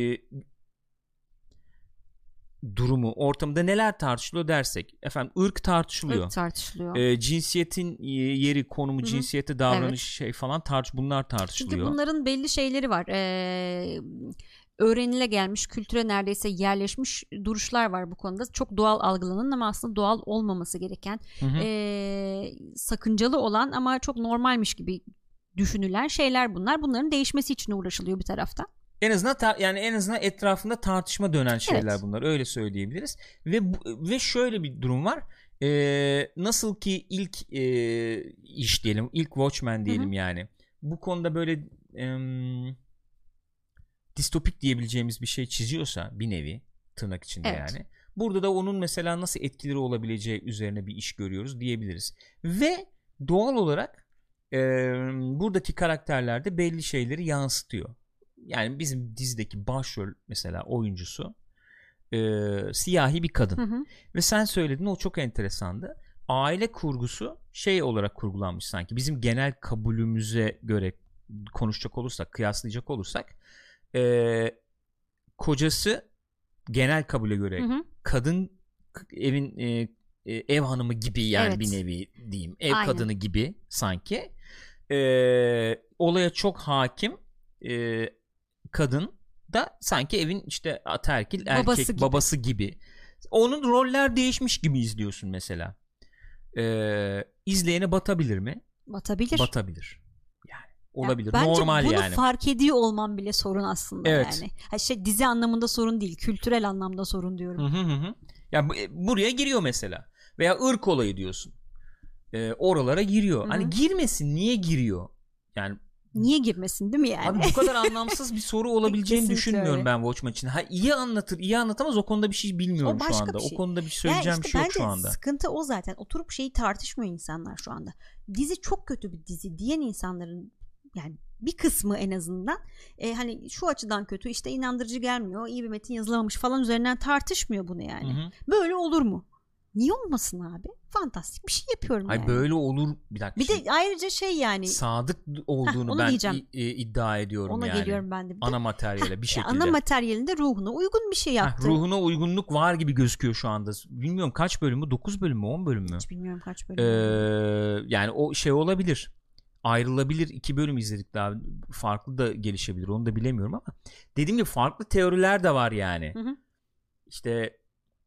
durumu ortamında neler tartışılıyor dersek, efendim ırk tartışılıyor. Cinsiyetin yeri, konumu, cinsiyete davranış şey falan bunlar tartışılıyor. Çünkü bunların belli şeyleri var. Öğrenile gelmiş, kültüre neredeyse yerleşmiş duruşlar var bu konuda. Çok doğal algılanan ama aslında doğal olmaması gereken, sakıncalı olan ama çok normalmiş gibi düşünülen şeyler bunlar. Bunların değişmesi için uğraşılıyor bir tarafta. En azından etrafında tartışma dönen şeyler bunlar. Öyle söyleyebiliriz. Ve şöyle bir durum var. Nasıl ki ilk iş diyelim, ilk Watchmen diyelim yani. Bu konuda böyle distopik diyebileceğimiz bir şey çiziyorsa bir nevi, tırnak içinde yani. Burada da onun mesela nasıl etkileri olabileceği üzerine bir iş görüyoruz diyebiliriz. Ve doğal olarak buradaki karakterler de belli şeyleri yansıtıyor. Yani bizim dizideki başrol mesela oyuncusu siyahi bir kadın. Ve sen söyledin, o çok enteresandı. aile kurgusu şey olarak kurgulanmış sanki. Bizim genel kabulümüze göre konuşacak olursak, kıyaslayacak olursak kocası genel kabule göre kadın evin ev hanımı gibi yani, evet, bir nevi diyeyim. Ev Aynen. kadını gibi sanki. Olaya çok hakim kadın da sanki evin işte ataerkil erkek babası gibi. Onun roller değişmiş gibi izliyorsun mesela. İzleyene batabilir mi? Batabilir. Yani olabilir. Ya normal bunu yani. Bunu fark ediyor olman bile sorun aslında, evet. Yani. Dizi anlamında sorun değil, kültürel anlamda sorun diyorum. Hı. Ya buraya giriyor mesela. Veya ırk olayı diyorsun. Oralara giriyor. Hı-hı. Hani girmesin, niye giriyor? Yani niye girmesin değil mi yani? Abi bu kadar anlamsız bir soru olabileceğini düşünmüyorum ben Watchmen için. İyi anlatır, iyi anlatamaz, o konuda bir şey bilmiyorum şu anda. Şey. O konuda bir söyleyeceğim bir şey yok şu anda. Sıkıntı o zaten. Oturup şeyi tartışmıyor insanlar şu anda. Dizi çok kötü bir dizi diyen insanların yani bir kısmı en azından hani şu açıdan kötü, işte inandırıcı gelmiyor, iyi bir metin yazılamamış falan üzerinden tartışmıyor bunu yani. Hı-hı. Böyle olur mu? Niye olmasın abi? Fantastik bir şey yapıyorum yani. Böyle olur. Bir dakika. Bir de ayrıca şey yani. Sadık olduğunu ben iddia ediyorum ona yani. Ona geliyorum ben de. Ana materyale bir şekilde. Ana materyalinde ruhuna uygun bir şey yaptı. Ruhuna uygunluk var gibi gözüküyor şu anda. Bilmiyorum kaç bölüm mü? 9 bölüm mü? 10 bölüm mü? Hiç bilmiyorum kaç bölüm. Yani o şey olabilir. Ayrılabilir. 2 bölüm izledik daha. Farklı da gelişebilir. Onu da bilemiyorum ama. Dediğim gibi farklı teoriler de var yani. Hı. İşte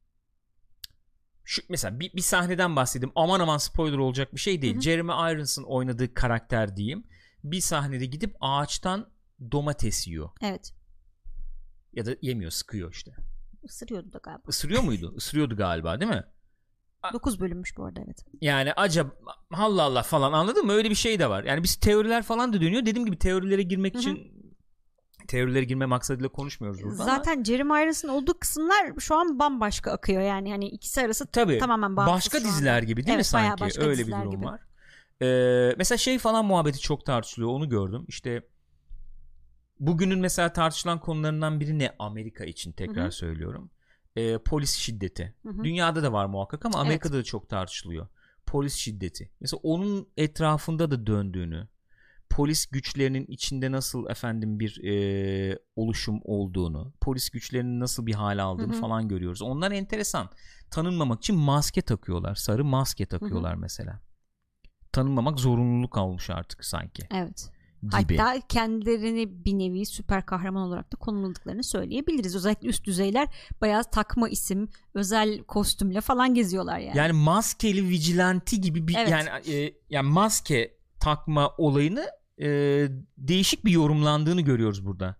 şu mesela bir sahneden bahsedeyim. Aman spoiler olacak bir şey değil. Hı-hı. Jeremy Irons'ın oynadığı karakter diyeyim. Bir sahnede gidip ağaçtan domates yiyor. Evet. Ya da yemiyor, sıkıyor işte. Isırıyordu da galiba. Isırıyor muydu? Isırıyordu galiba değil mi? 9 bölünmüş bu arada, evet. Yani acaba Allah falan, anladın mı? Öyle bir şey de var. Yani biz teoriler falan da dönüyor. Dediğim gibi teorilere girmek Hı-hı. için teorilere girme maksadıyla konuşmuyoruz burada. Zaten ama Jeremy Irons'ın olduğu kısımlar şu an bambaşka akıyor yani. Hani ikisi arası tamamen bağımsız. Başka diziler gibi değil mi sanki? Öyle bir durum gibi var. Mesela şey falan muhabbeti çok tartışılıyor. Onu gördüm. İşte bugünün mesela tartışılan konularından biri ne Amerika için, tekrar Hı-hı. söylüyorum. Polis şiddeti. Hı-hı. Dünyada da var muhakkak ama Amerika'da da çok tartışılıyor. Polis şiddeti. Mesela onun etrafında da döndüğünü, polis güçlerinin içinde nasıl bir oluşum olduğunu, polis güçlerinin nasıl bir hale aldığını Hı-hı. falan görüyoruz. Onlar enteresan. Tanınmamak için maske takıyorlar. Sarı maske takıyorlar Hı-hı. mesela. Tanınmamak zorunluluk almış artık sanki. Evet. Gibi. Hatta kendilerini bir nevi süper kahraman olarak da konumladıklarını söyleyebiliriz. Özellikle üst düzeyler bayağı takma isim, özel kostümle falan geziyorlar yani. Yani maskeli vigilanti gibi bir yani maske takma olayını değişik bir yorumlandığını görüyoruz burada.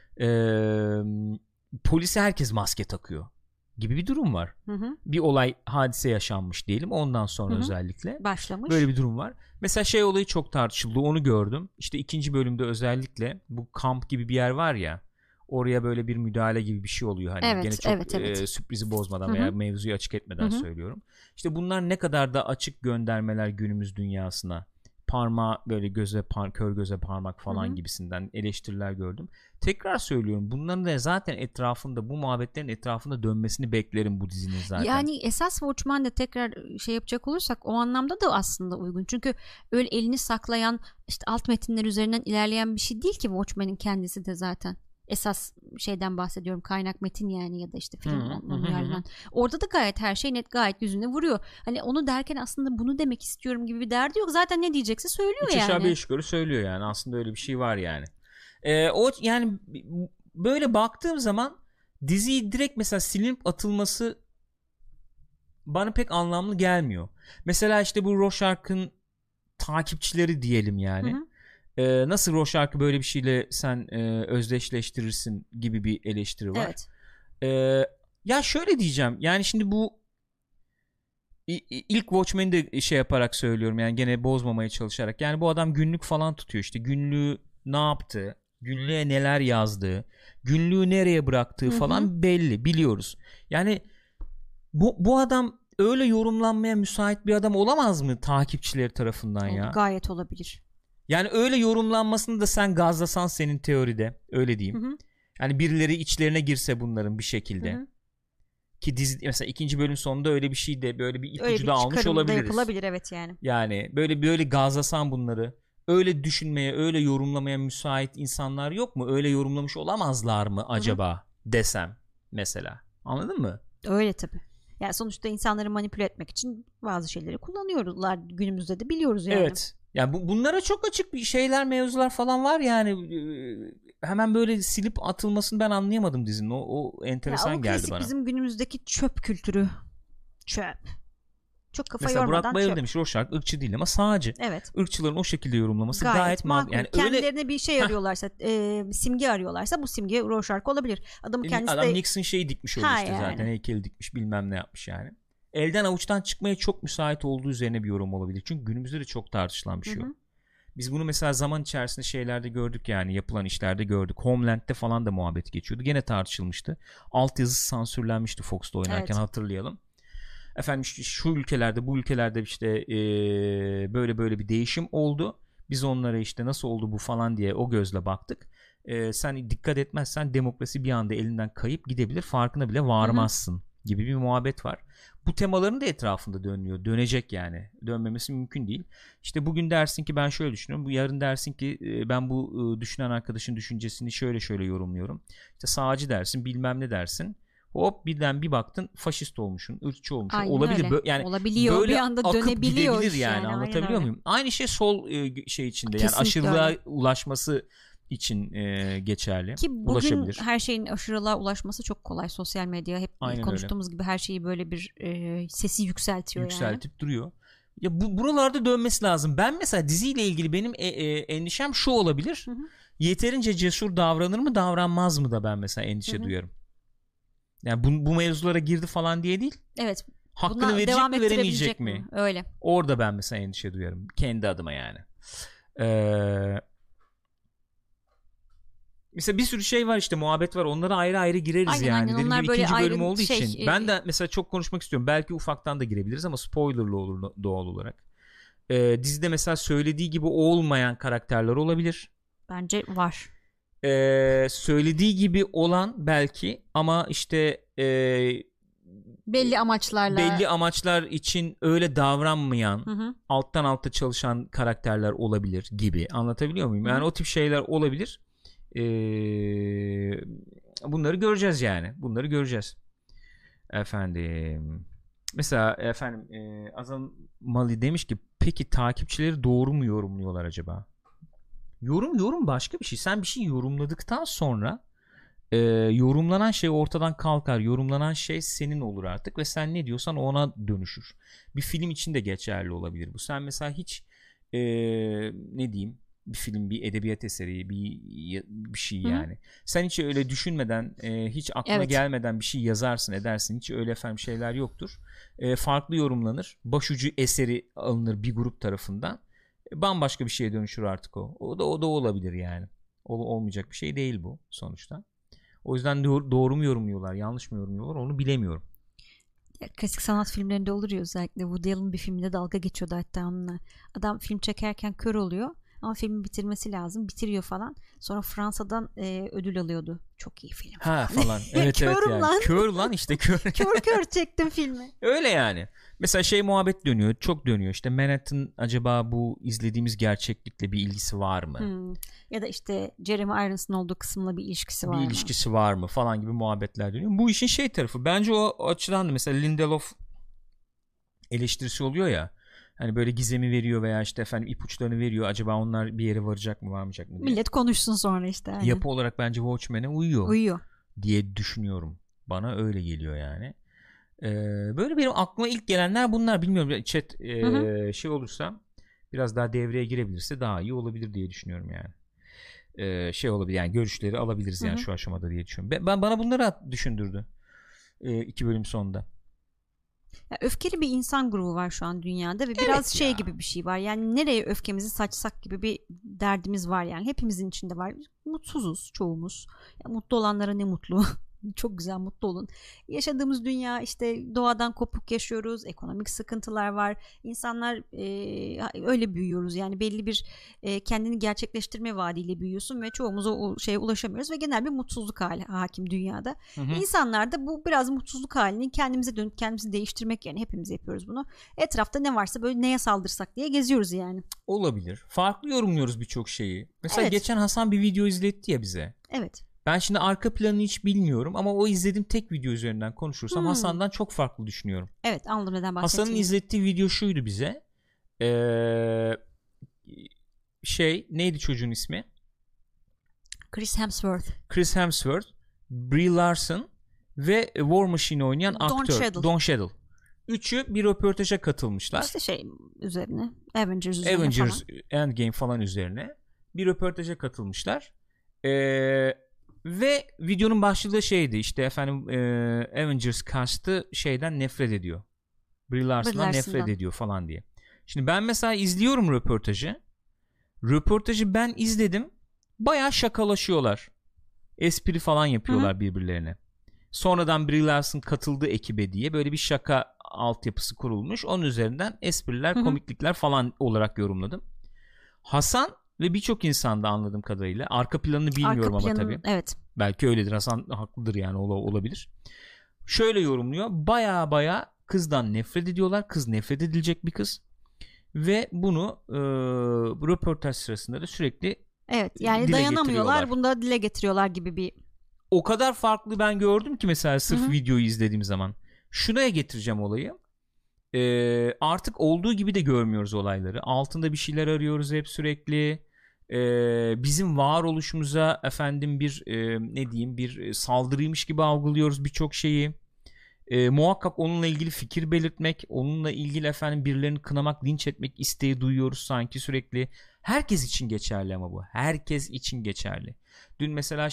Polise herkes maske takıyor gibi bir durum var. Hı-hı. Bir olay, hadise yaşanmış diyelim. Ondan sonra Hı-hı. özellikle başlamış. Böyle bir durum var. Mesela şey olayı çok tartışıldı. Onu gördüm. İşte 2. bölümde özellikle bu kamp gibi bir yer var ya. Oraya böyle bir müdahale gibi bir şey oluyor. Hani gene çok sürprizi bozmadan Hı-hı. veya mevzuyu açık etmeden Hı-hı. söylüyorum. İşte bunlar ne kadar da açık göndermeler günümüz dünyasına. Parmağı böyle kör göze parmak falan Hı-hı. gibisinden eleştiriler gördüm. Tekrar söylüyorum, bunların da zaten etrafında, bu muhabbetlerin etrafında dönmesini beklerim bu dizinin zaten. Yani esas Watchmen'de tekrar şey yapacak olursak o anlamda da aslında uygun. Çünkü öyle elini saklayan, işte alt metinler üzerinden ilerleyen bir şey değil ki Watchmen'in kendisi de zaten. Esas şeyden bahsediyorum, kaynak metin yani, ya da işte film uyarlanan. Orada da gayet her şey net, gayet yüzüne vuruyor. Hani onu derken aslında bunu demek istiyorum gibi bir derdi yok. Zaten ne diyecekse söylüyor yani. 3 aşağı 5 yukarı söylüyor yani. Aslında öyle bir şey var yani. O yani böyle baktığım zaman diziyi direkt mesela silinip atılması bana pek anlamlı gelmiyor. Mesela işte bu Rorschach'ın takipçileri diyelim yani. Hı hı. Nasıl Rorschach'ı böyle bir şeyle sen özdeşleştirirsin gibi bir eleştiri var. Evet. Ya şöyle diyeceğim. Yani şimdi bu ilk Watchmen'i de şey yaparak söylüyorum. Yani gene bozmamaya çalışarak. Yani bu adam günlük falan tutuyor işte. Günlüğü ne yaptı? Günlüğe neler yazdığı, günlüğü nereye bıraktığı falan belli, biliyoruz. Yani bu adam öyle yorumlanmaya müsait bir adam olamaz mı takipçileri tarafından ya? Gayet olabilir. Yani öyle yorumlanmasını da sen gazlasan senin teoride, öyle diyeyim. Yani birileri içlerine girse bunların bir şekilde. Ki dizi mesela 2. bölüm sonunda öyle bir şey de böyle bir ipucu da almış olabiliriz. Yapılabilir evet yani. Yani böyle gazlasan bunları. Öyle düşünmeye, öyle yorumlamaya müsait insanlar yok mu? Öyle yorumlamış olamazlar mı acaba desem mesela. Anladın mı? Öyle tabii. Yani sonuçta insanları manipüle etmek için bazı şeyleri kullanıyorlar. Günümüzde de biliyoruz yani. Evet. Yani bunlara çok açık bir şeyler, mevzular falan var yani. Hemen böyle silip atılmasını ben anlayamadım dizinin. O enteresan geldi bana. Bizim günümüzdeki çöp kültürü. Çöp. Çok kafa mesela yormadan Burak Bayır demiş Rorschach ırkçı değil ama sağcı. Evet. Irkçıların o şekilde yorumlaması gayet makul. Yani kendilerine öyle... bir şey arıyorlarsa, simge arıyorlarsa bu simge Rorschach olabilir. Adamın kendisi Adam de... Nixon şeyi dikmiş öyle işte yani. Zaten heykeli dikmiş bilmem ne yapmış yani. Elden avuçtan çıkmaya çok müsait olduğu üzerine bir yorum olabilir. Çünkü günümüzde de çok tartışılan bir şey o. Biz bunu mesela zaman içerisinde şeylerde gördük yani yapılan işlerde gördük. Homeland'de falan da muhabbet geçiyordu. Gene tartışılmıştı. Altyazısı sansürlenmişti Fox'ta oynarken hatırlayalım. Efendim işte şu ülkelerde bu ülkelerde işte böyle bir değişim oldu. Biz onlara işte nasıl oldu bu falan diye o gözle baktık. Sen dikkat etmezsen demokrasi bir anda elinden kayıp gidebilir. Farkına bile varmazsın gibi bir muhabbet var. Bu temaların da etrafında dönüyor. Dönecek yani. Dönmemesi mümkün değil. İşte bugün dersin ki ben şöyle düşünüyorum. Yarın dersin ki ben bu düşünen arkadaşın düşüncesini şöyle yorumluyorum. İşte sağcı dersin, bilmem ne dersin. Hop birden bir baktın faşist olmuşsun, ırkçı olmuşsun. Aynen olabilir. Öyle. Yani olabiliyor. böyle bir anda akıp dönebiliyor gidebilir yani. Anlatabiliyor muyum? Aynı şey sol şey içinde. Kesinlikle yani aşırılığa öyle. ulaşması için geçerli. Ki bugün her şeyin aşırılığa ulaşması çok kolay. Sosyal medya hep konuştuğumuz gibi her şeyi böyle bir sesi yükseltip duruyor. Ya buralarda dönmesi lazım. Ben mesela diziyle ilgili benim endişem şu olabilir. Yeterince cesur davranır mı davranmaz mı da ben mesela endişe duyarım. Yani bu mevzulara girdi falan diye değil. Evet. Hakkını verecek mi veremeyecek mi? Öyle. Orada ben mesela endişe duyarım. Kendi adıma yani. Mesela bir sürü şey var işte muhabbet var. Onlara ayrı ayrı gireriz yani. Aynen. Dediğim Onlar gibi böyle ikinci bölüm ayrı olduğu için. Ben de mesela çok konuşmak istiyorum. Belki ufaktan da girebiliriz ama spoilerlı olur doğal olarak. Dizide mesela söylediği gibi olmayan karakterler olabilir. Bence var. Söylediği gibi olan belki ama işte belli amaçlar için öyle davranmayan alttan alta çalışan karakterler olabilir gibi. Anlatabiliyor muyum? Yani o tip şeyler olabilir. Bunları göreceğiz yani. Bunları göreceğiz. Efendim. Mesela Azam Mali demiş ki peki takipçileri doğru mu yorumluyorlar acaba? Yorum başka bir şey. Sen bir şey yorumladıktan sonra yorumlanan şey ortadan kalkar. Yorumlanan şey senin olur artık ve sen ne diyorsan ona dönüşür. Bir film için de geçerli olabilir bu. Sen mesela hiç ne diyeyim bir film, bir edebiyat eseri, bir şey yani. Sen hiç öyle düşünmeden, hiç aklına gelmeden bir şey yazarsın, edersin. Hiç öyle şeyler yoktur. Farklı yorumlanır. Başucu eseri alınır bir grup tarafından. Bambaşka bir şeye dönüşür artık o. O da olabilir yani. Olmayacak bir şey değil bu sonuçta. O yüzden doğru mu yorumluyorlar, yanlış mı yorumluyorlar onu bilemiyorum. Ya, klasik sanat filmlerinde olur ya, özellikle Woody Allen bir filmde dalga geçiyordu hatta onunla. Adam film çekerken kör oluyor ama filmi bitirmesi lazım. Bitiriyor falan. Sonra Fransa'dan ödül alıyordu. Çok iyi film. Ha falan. Evet evet yani. Kör lan işte kör. kör çektim filmi. Öyle yani. Mesela muhabbet dönüyor. Çok dönüyor. İşte Manhattan acaba bu izlediğimiz gerçeklikle bir ilgisi var mı? Ya da işte Jeremy Irons'ın olduğu kısımla bir ilişkisi var mı? Bir ilişkisi var mı falan gibi muhabbetler dönüyor. Bu işin tarafı. Bence o açıdan da mesela Lindelof eleştirisi oluyor ya. Hani böyle gizemi veriyor veya işte ipuçlarını veriyor. Acaba onlar bir yere varacak mı varmayacak mı diye. Millet konuşsun sonra işte. Aynen. Yapı olarak bence Watchmen'e uyuyor diye düşünüyorum. Bana öyle geliyor yani. Böyle benim aklıma ilk gelenler bunlar. Bilmiyorum chat olursa biraz daha devreye girebilirse daha iyi olabilir diye düşünüyorum yani. Olabilir yani görüşleri alabiliriz yani şu aşamada diye düşünüyorum. Bana bunları düşündürdü 2 bölüm sonunda. Ya, öfkeli bir insan grubu var şu an dünyada ve biraz gibi bir şey var. Yani nereye öfkemizi saçsak gibi bir derdimiz var yani. Hepimizin içinde var. Mutsuzuz çoğumuz. Ya, mutlu olanlara ne mutlu çok güzel, mutlu olun. Yaşadığımız dünya işte doğadan kopuk yaşıyoruz, ekonomik sıkıntılar var. İnsanlar öyle büyüyoruz yani, belli bir kendini gerçekleştirme vaadiyle büyüyorsun ve çoğumuz o şeye ulaşamıyoruz ve genel bir mutsuzluk hali hakim dünyada. İnsanlar da bu biraz mutsuzluk halini kendimize dönüp kendimizi değiştirmek, yani hepimiz yapıyoruz bunu. Etrafta ne varsa böyle neye saldırsak diye geziyoruz yani. Olabilir. Farklı yorumluyoruz birçok şeyi. Mesela Evet. geçen Hasan bir video izletti ya bize. Evet. Ben şimdi arka planını hiç bilmiyorum ama o izlediğim tek video üzerinden konuşursam Hasan'dan çok farklı düşünüyorum. Evet, anladım neden bahsettiğini. Hasan'ın izlettiği video şuydu bize. Neydi çocuğun ismi? Chris Hemsworth, Brie Larson ve War Machine oynayan aktör Don Cheadle. Üçü bir röportaja katılmışlar. İşte üzerine, Avengers üzerine falan. Endgame falan üzerine bir röportaja katılmışlar. Ve videonun başlığı şeydi işte efendim, Avengers cast'ı şeyden nefret ediyor. Brie Larson'dan nefret ediyor falan diye. Şimdi ben mesela izliyorum röportajı. Röportajı ben izledim. Bayağı şakalaşıyorlar. Espri falan yapıyorlar birbirlerine. Sonradan Brie Larson katıldı ekibe diye böyle bir şaka altyapısı kurulmuş. Onun üzerinden espriler, komiklikler falan olarak yorumladım. Hasan ve birçok insan da anladığım kadarıyla, arka planını bilmiyorum ama tabii. Evet. Belki öyledir. Hasan haklıdır yani, olabilir. Şöyle yorumluyor. Baya kızdan nefret ediyorlar. Kız nefret edilecek bir kız. Ve bunu röportaj sırasında da sürekli yani dayanamıyorlar. Bunu da dile getiriyorlar gibi bir. O kadar farklı ben gördüm ki mesela sırf videoyu izlediğim zaman. Şuraya getireceğim olayı. Artık olduğu gibi de görmüyoruz olayları. Altında bir şeyler arıyoruz hep sürekli. Bizim varoluşumuza efendim bir bir saldırıymış gibi algılıyoruz birçok şeyi. Muhakkak onunla ilgili fikir belirtmek, onunla ilgili efendim birilerini kınamak, linç etmek isteği duyuyoruz sanki sürekli. Herkes için geçerli ama bu. Herkes için geçerli. Dün mesela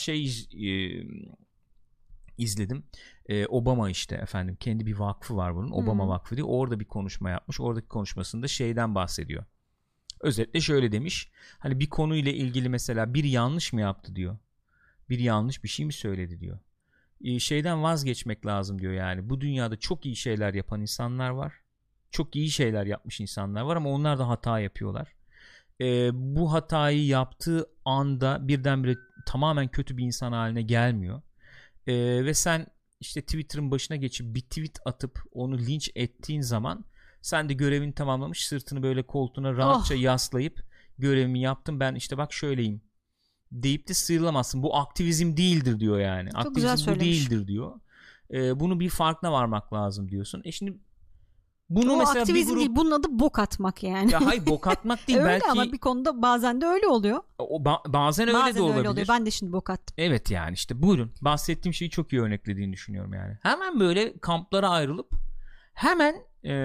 izledim. Obama işte efendim, kendi bir vakfı var bunun. Obama Vakfı diye. Orada bir konuşma yapmış. Oradaki konuşmasında şeyden bahsediyor. Özetle şöyle demiş. Hani bir konuyla ilgili mesela bir yanlış mı yaptı diyor. Bir yanlış bir şey mi söyledi diyor. Şeyden vazgeçmek lazım diyor yani. Bu dünyada çok iyi şeyler yapan insanlar var. Çok iyi şeyler yapmış insanlar var ama onlar da hata yapıyorlar. Bu hatayı yaptığı anda birdenbire tamamen kötü bir insan haline gelmiyor. Ve sen işte Twitter'ın başına geçip bir tweet atıp onu linç ettiğin zaman sen de görevini tamamlamış, sırtını böyle koltuğuna rahatça yaslayıp görevimi yaptım, ben işte bak şöyleyim deyip de sıyrılamazsın. Bu aktivizm değildir diyor yani. Çok aktivizm bu değildir diyor. Bunu bir farkına varmak lazım diyorsun. Şimdi bunu o mesela aktivizm bir grup... değil, bunun adı bok atmak yani. Ya hayır, bok atmak değil. Öyle belki ama bir konuda bazen de öyle oluyor. Bazen öyle de olabilir. Oluyor. Ben de şimdi bok attım. Evet yani işte buyurun. Bahsettiğim şeyi çok iyi örneklediğini düşünüyorum yani. Hemen böyle kamplara ayrılıp hemen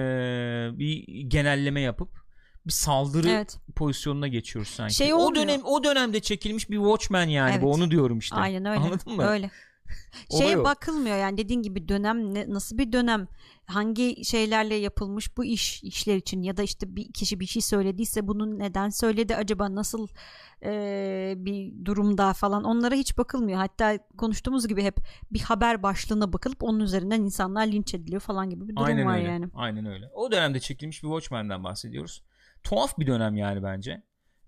bir genelleme yapıp bir saldırı pozisyonuna geçiyoruz sanki. O dönemde çekilmiş bir Watchmen yani. Evet. Onu diyorum işte. Aynen öyle. Anladın mı? Öyle. Şeye bakılmıyor yani, dediğin gibi dönem nasıl bir dönem, hangi şeylerle yapılmış bu işler için, ya da işte bir kişi bir şey söylediyse bunu neden söyledi acaba, nasıl bir durumda falan, onlara hiç bakılmıyor. Hatta konuştuğumuz gibi hep bir haber başlığına bakılıp onun üzerinden insanlar linç ediliyor falan gibi bir durum var öyle. Yani. Aynen öyle. O dönemde çekilmiş bir Watchmen'den bahsediyoruz. Tuhaf bir dönem yani bence.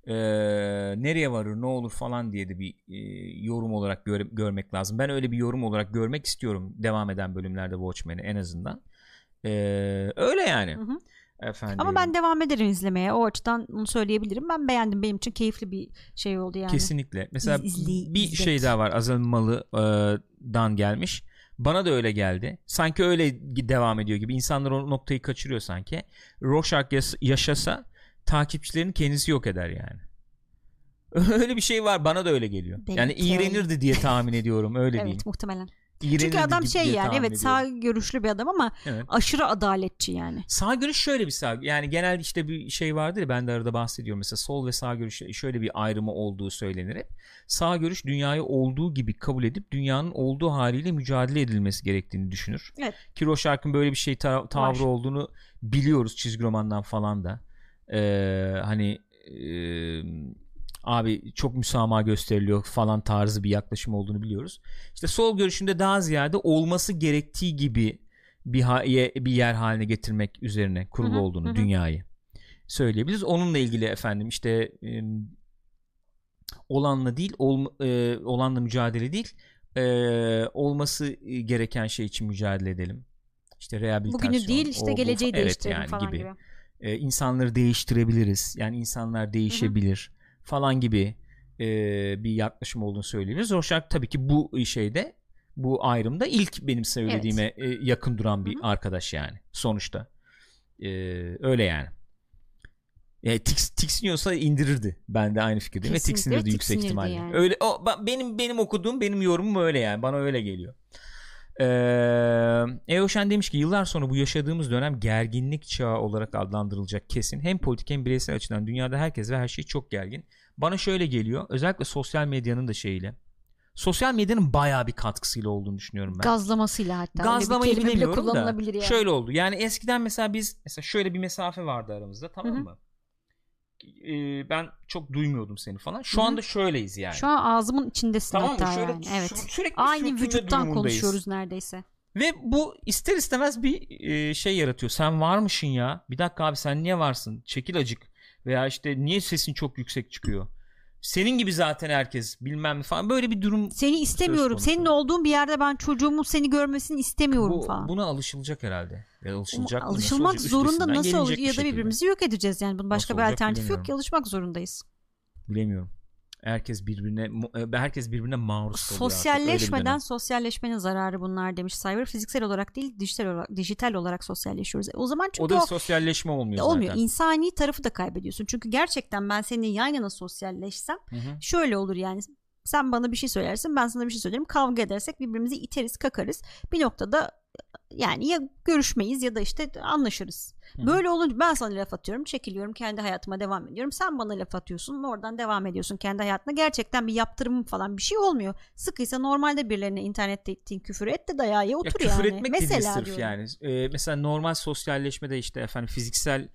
Nereye varır ne olur falan diye de bir yorum olarak görmek lazım. Ben öyle bir yorum olarak görmek istiyorum devam eden bölümlerde Watchmen'i en azından. Öyle yani. Efendim. Ama ben devam ederim izlemeye. O açıdan onu söyleyebilirim. Ben beğendim. Benim için keyifli bir şey oldu yani. Kesinlikle. Mesela bir şey daha var. Azal Malı'dan gelmiş. Bana da öyle geldi. Sanki öyle devam ediyor gibi. İnsanlar o noktayı kaçırıyor sanki. Rorschach yaşasa takipçilerini kendisi yok eder yani. Öyle bir şey var. Bana da öyle geliyor. Yani iğrenirdi diye tahmin ediyorum. Öyle diyeyim. Evet, muhtemelen. İğrenirdi. Çünkü adam yani sağ görüşlü bir adam ama aşırı adaletçi yani. Sağ görüş şöyle bir sağ. Yani genelde işte bir şey vardır ya, ben de arada bahsediyorum. Mesela sol ve sağ görüş şöyle bir ayrımı olduğu söylenir hep. Sağ görüş dünyayı olduğu gibi kabul edip dünyanın olduğu haliyle mücadele edilmesi gerektiğini düşünür. Evet. Ki Rorschach'ın böyle bir şey tavrı olduğunu biliyoruz çizgi romandan falan da. Hani abi çok müsamaha gösteriliyor falan tarzı bir yaklaşım olduğunu biliyoruz. İşte sol görüşünde daha ziyade olması gerektiği gibi bir yer haline getirmek üzerine kurulu olduğunu, dünyayı söyleyebiliriz. Onunla ilgili efendim işte olanla değil, olanla mücadele değil, olması gereken şey için mücadele edelim. İşte rehabilitasyon. Bugünü değil, işte geleceği değiştirelim yani falan gibi. İnsanları değiştirebiliriz. Yani insanlar değişebilir falan gibi bir yaklaşım olduğunu söyleyebiliriz. Rorschach tabii ki bu şeyde, bu ayrımda ilk benim söylediğime yakın duran bir arkadaş yani sonuçta. Öyle yani. Tiksiniyorsa indirirdi. Ben de aynı fikirdeyim ve tiksinirdi yüksek ihtimalle. Yani. Öyle benim okuduğum, benim yorumum öyle yani. Bana öyle geliyor. Eoşen demiş ki yıllar sonra bu yaşadığımız dönem gerginlik çağı olarak adlandırılacak kesin. Hem politik hem bireysel açıdan dünyada herkes ve her şey çok gergin. Bana şöyle geliyor. Özellikle sosyal medyanın da şeyiyle. Sosyal medyanın bayağı bir katkısıyla olduğunu düşünüyorum ben. Gazlamasıyla hatta. Gazlamayı bilemiyorum da. Yani. Şöyle oldu. Yani eskiden mesela şöyle bir mesafe vardı aramızda, tamam mı? Ben çok duymuyordum seni falan. Şu anda şöyleyiz yani. Şu an ağzımın içindesin tamam hatta şöyle, yani. Evet. Sürekli aynı vücuttan konuşuyoruz neredeyse. Ve bu ister istemez bir şey yaratıyor. Sen varmışsın ya. Bir dakika abi, sen niye varsın? Çekil acık. Veya işte niye sesin çok yüksek çıkıyor? Senin gibi zaten herkes bilmem mi falan. Böyle bir durum. Seni istemiyorum. Senin olduğun bir yerde ben çocuğumun seni görmesini istemiyorum falan. Buna alışılacak herhalde. Ya alışılmak zorunda, nasıl olacak ya da birbirimizi yok edeceğiz yani. Bunun başka bir alternatif yok ki, alışmak zorundayız. Bilemiyorum. Herkes birbirine maruz kalıyor. Sosyalleşmenin zararı bunlar demiş Cyber. Fiziksel olarak değil, dijital olarak sosyalleşiyoruz. O zaman çünkü o da sosyalleşme olmuyor olmuyor. Zaten. İnsani tarafı da kaybediyorsun. Çünkü gerçekten ben seninle yan yana sosyalleşsem şöyle olur yani. Sen bana bir şey söylersin, ben sana bir şey söylerim. Kavga edersek birbirimizi iteriz, kakarız. Bir noktada yani ya görüşmeyiz ya da işte anlaşırız. Böyle olunca ben sana laf atıyorum, çekiliyorum, kendi hayatıma devam ediyorum. Sen bana laf atıyorsun, oradan devam ediyorsun kendi hayatına. Gerçekten bir yaptırımım falan bir şey olmuyor. Sıkıysa normalde birilerine internette ettiğin küfür et de dayağı otur yani. Küfür etmek mesela sırf yani. Mesela normal sosyalleşmede işte efendim fiziksel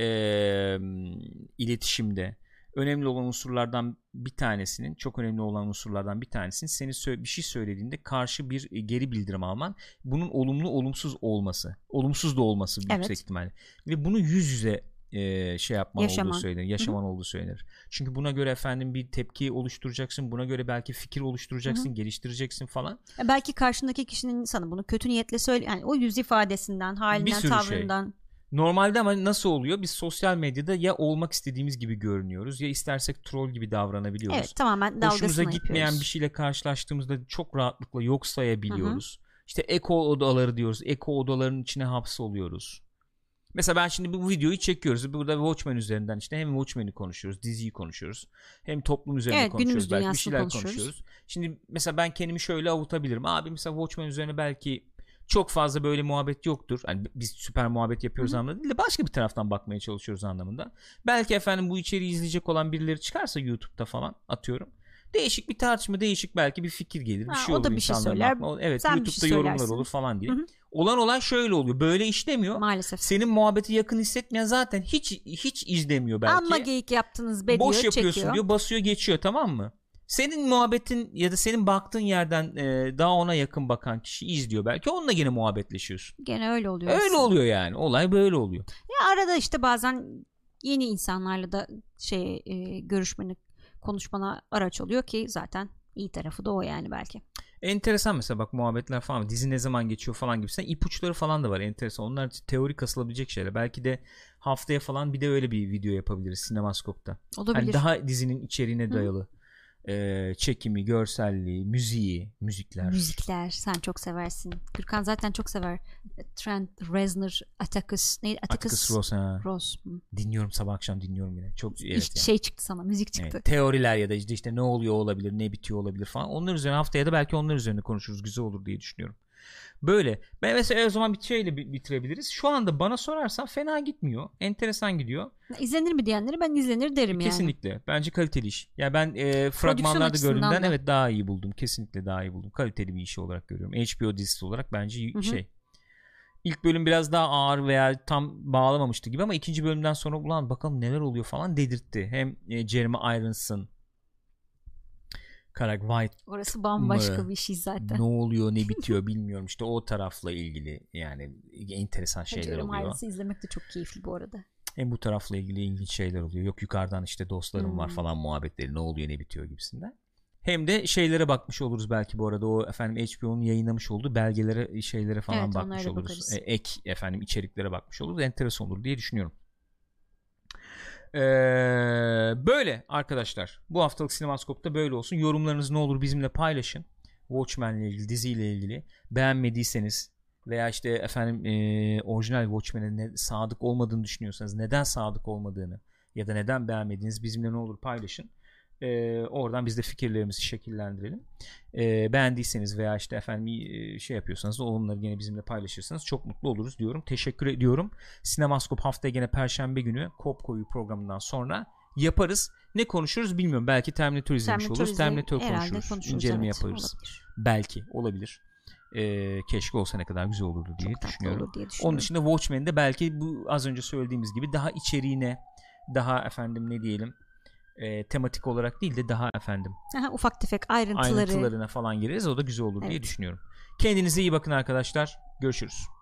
iletişimde önemli olan unsurlardan bir tanesinin, çok önemli olan unsurlardan bir tanesinin senin bir şey söylediğinde karşı bir geri bildirim alman, bunun olumlu olumsuz olması, olumsuz da olması yüksek ihtimalle ve bunu yüz yüze şey yapman olduğu söylenir, yaşaman olduğu söylenir. Çünkü buna göre efendim bir tepki oluşturacaksın, buna göre belki fikir oluşturacaksın, geliştireceksin falan. Belki karşındaki kişinin sana bunu kötü niyetle söyle, yani o yüz ifadesinden, halinden, tavrından. Şey. Normalde ama nasıl oluyor? Biz sosyal medyada ya olmak istediğimiz gibi görünüyoruz ya istersek troll gibi davranabiliyoruz. Evet, tamamen dalgasını hoşumuza gitmeyen yapıyoruz. Bir şeyle karşılaştığımızda çok rahatlıkla yok sayabiliyoruz. İşte eko odaları diyoruz. Eko odalarının içine hapsoluyoruz. Mesela ben şimdi bu videoyu çekiyoruz. Burada Watchmen üzerinden işte hem Watchmen'i konuşuyoruz, diziyi konuşuyoruz. Hem toplum üzerine konuşuyoruz. Belki bir şeyler konuşuyoruz. Şimdi mesela ben kendimi şöyle avutabilirim. Abi mesela Watchmen üzerine belki çok fazla böyle muhabbet yoktur. Yani biz süper muhabbet yapıyoruz anlamında değil de başka bir taraftan bakmaya çalışıyoruz anlamında. Belki efendim bu içeriği izleyecek olan birileri çıkarsa YouTube'da falan, atıyorum. Değişik bir tartışma, değişik belki bir fikir gelir. Bir şey olur, bir şey söyler. Evet, YouTube'da yorumlar olur falan diye. Olan olay şöyle oluyor. Böyle işlemiyor. Maalesef. Senin muhabbeti yakın hissetmeyen zaten hiç izlemiyor belki. Amma geyik yaptınız be diyor, boş yapıyorsun çekiyor. Diyor, basıyor geçiyor, tamam mı? Senin muhabbetin ya da senin baktığın yerden daha ona yakın bakan kişi izliyor belki. Onunla gene muhabbetleşiyorsun. Gene öyle oluyor. Öyle aslında oluyor yani. Olay böyle oluyor. Ya arada işte bazen yeni insanlarla da görüşmeni, konuşmana araç oluyor ki zaten iyi tarafı da o yani belki. Enteresan mesela bak muhabbetler falan, dizi ne zaman geçiyor falan gibi. İpuçları falan da var enteresan. Onlar teori kasılabilecek şeyler. Belki de haftaya falan bir de öyle bir video yapabiliriz Sinemaskop'ta. Olabilir. Yani daha dizinin içeriğine dayalı. Çekimi, görselliği, müzikler sen çok seversin. Gürkan zaten çok sever. Trent Reznor, Atticus Ross. Dinliyorum, sabah akşam dinliyorum yine. Çok şey çıktı sana, müzik çıktı. Evet, teoriler ya da işte ne oluyor olabilir, ne bitiyor olabilir falan. Onlar üzerine haftaya da belki onlar üzerine konuşuruz. Güzel olur diye düşünüyorum. Böyle. Ben mesela o zaman bir şeyle bitirebiliriz. Şu anda bana sorarsan fena gitmiyor. Enteresan gidiyor. İzlenir mi diyenleri ben izlenir derim yani. Kesinlikle. Bence kaliteli iş. Ya ben fragmanlarda gördüğümden evet daha iyi buldum. Kesinlikle daha iyi buldum. Kaliteli bir iş olarak görüyorum. HBO dizisi olarak bence İlk bölüm biraz daha ağır veya tam bağlamamıştı gibi ama ikinci bölümden sonra ulan bakalım neler oluyor falan dedirtti. Hem Jeremy Irons'ın Karak White orası bambaşka bir şey zaten. Ne oluyor ne bitiyor bilmiyorum. İşte o tarafla ilgili yani enteresan şeyler Jeremy oluyor. Irons'ı izlemek de çok keyifli bu arada. Hem bu tarafla ilgili ilginç şeyler oluyor. Yok yukarıdan işte dostlarım var falan muhabbetleri ne oluyor ne bitiyor gibisinden. Hem de şeylere bakmış oluruz belki bu arada o HBO'nun yayınlamış olduğu belgelere şeylere falan bakmış oluruz. Ek içeriklere bakmış oluruz. Enteresan olur diye düşünüyorum. Böyle arkadaşlar. Bu haftalık Sinemaskop'ta böyle olsun. Yorumlarınızı ne olur bizimle paylaşın. Watchmen'le ilgili, diziyle ilgili. Beğenmediyseniz veya işte orijinal Watchmen'e sadık olmadığını düşünüyorsanız neden sadık olmadığını ya da neden beğenmediğiniz bizimle ne olur paylaşın. Oradan biz de fikirlerimizi şekillendirelim. Beğendiyseniz veya işte şey yapıyorsanız da onları yine bizimle paylaşırsanız çok mutlu oluruz diyorum. Teşekkür ediyorum. Sinemaskop haftaya gene Perşembe günü Kopko'yu programından sonra yaparız. Ne konuşuruz bilmiyorum. Belki Terminator izlemiş oluruz. Terminator konuşuruz. İnceleme yaparız. Olabilir. Belki olabilir. Keşke olsa ne kadar güzel olurdu diye düşünüyorum. Onun dışında Watchmen'de belki bu az önce söylediğimiz gibi daha içeriğine daha ne diyelim tematik olarak değil de daha ufak tefek ayrıntılarına falan gireriz. O da güzel olur diye düşünüyorum. Kendinize iyi bakın arkadaşlar. Görüşürüz.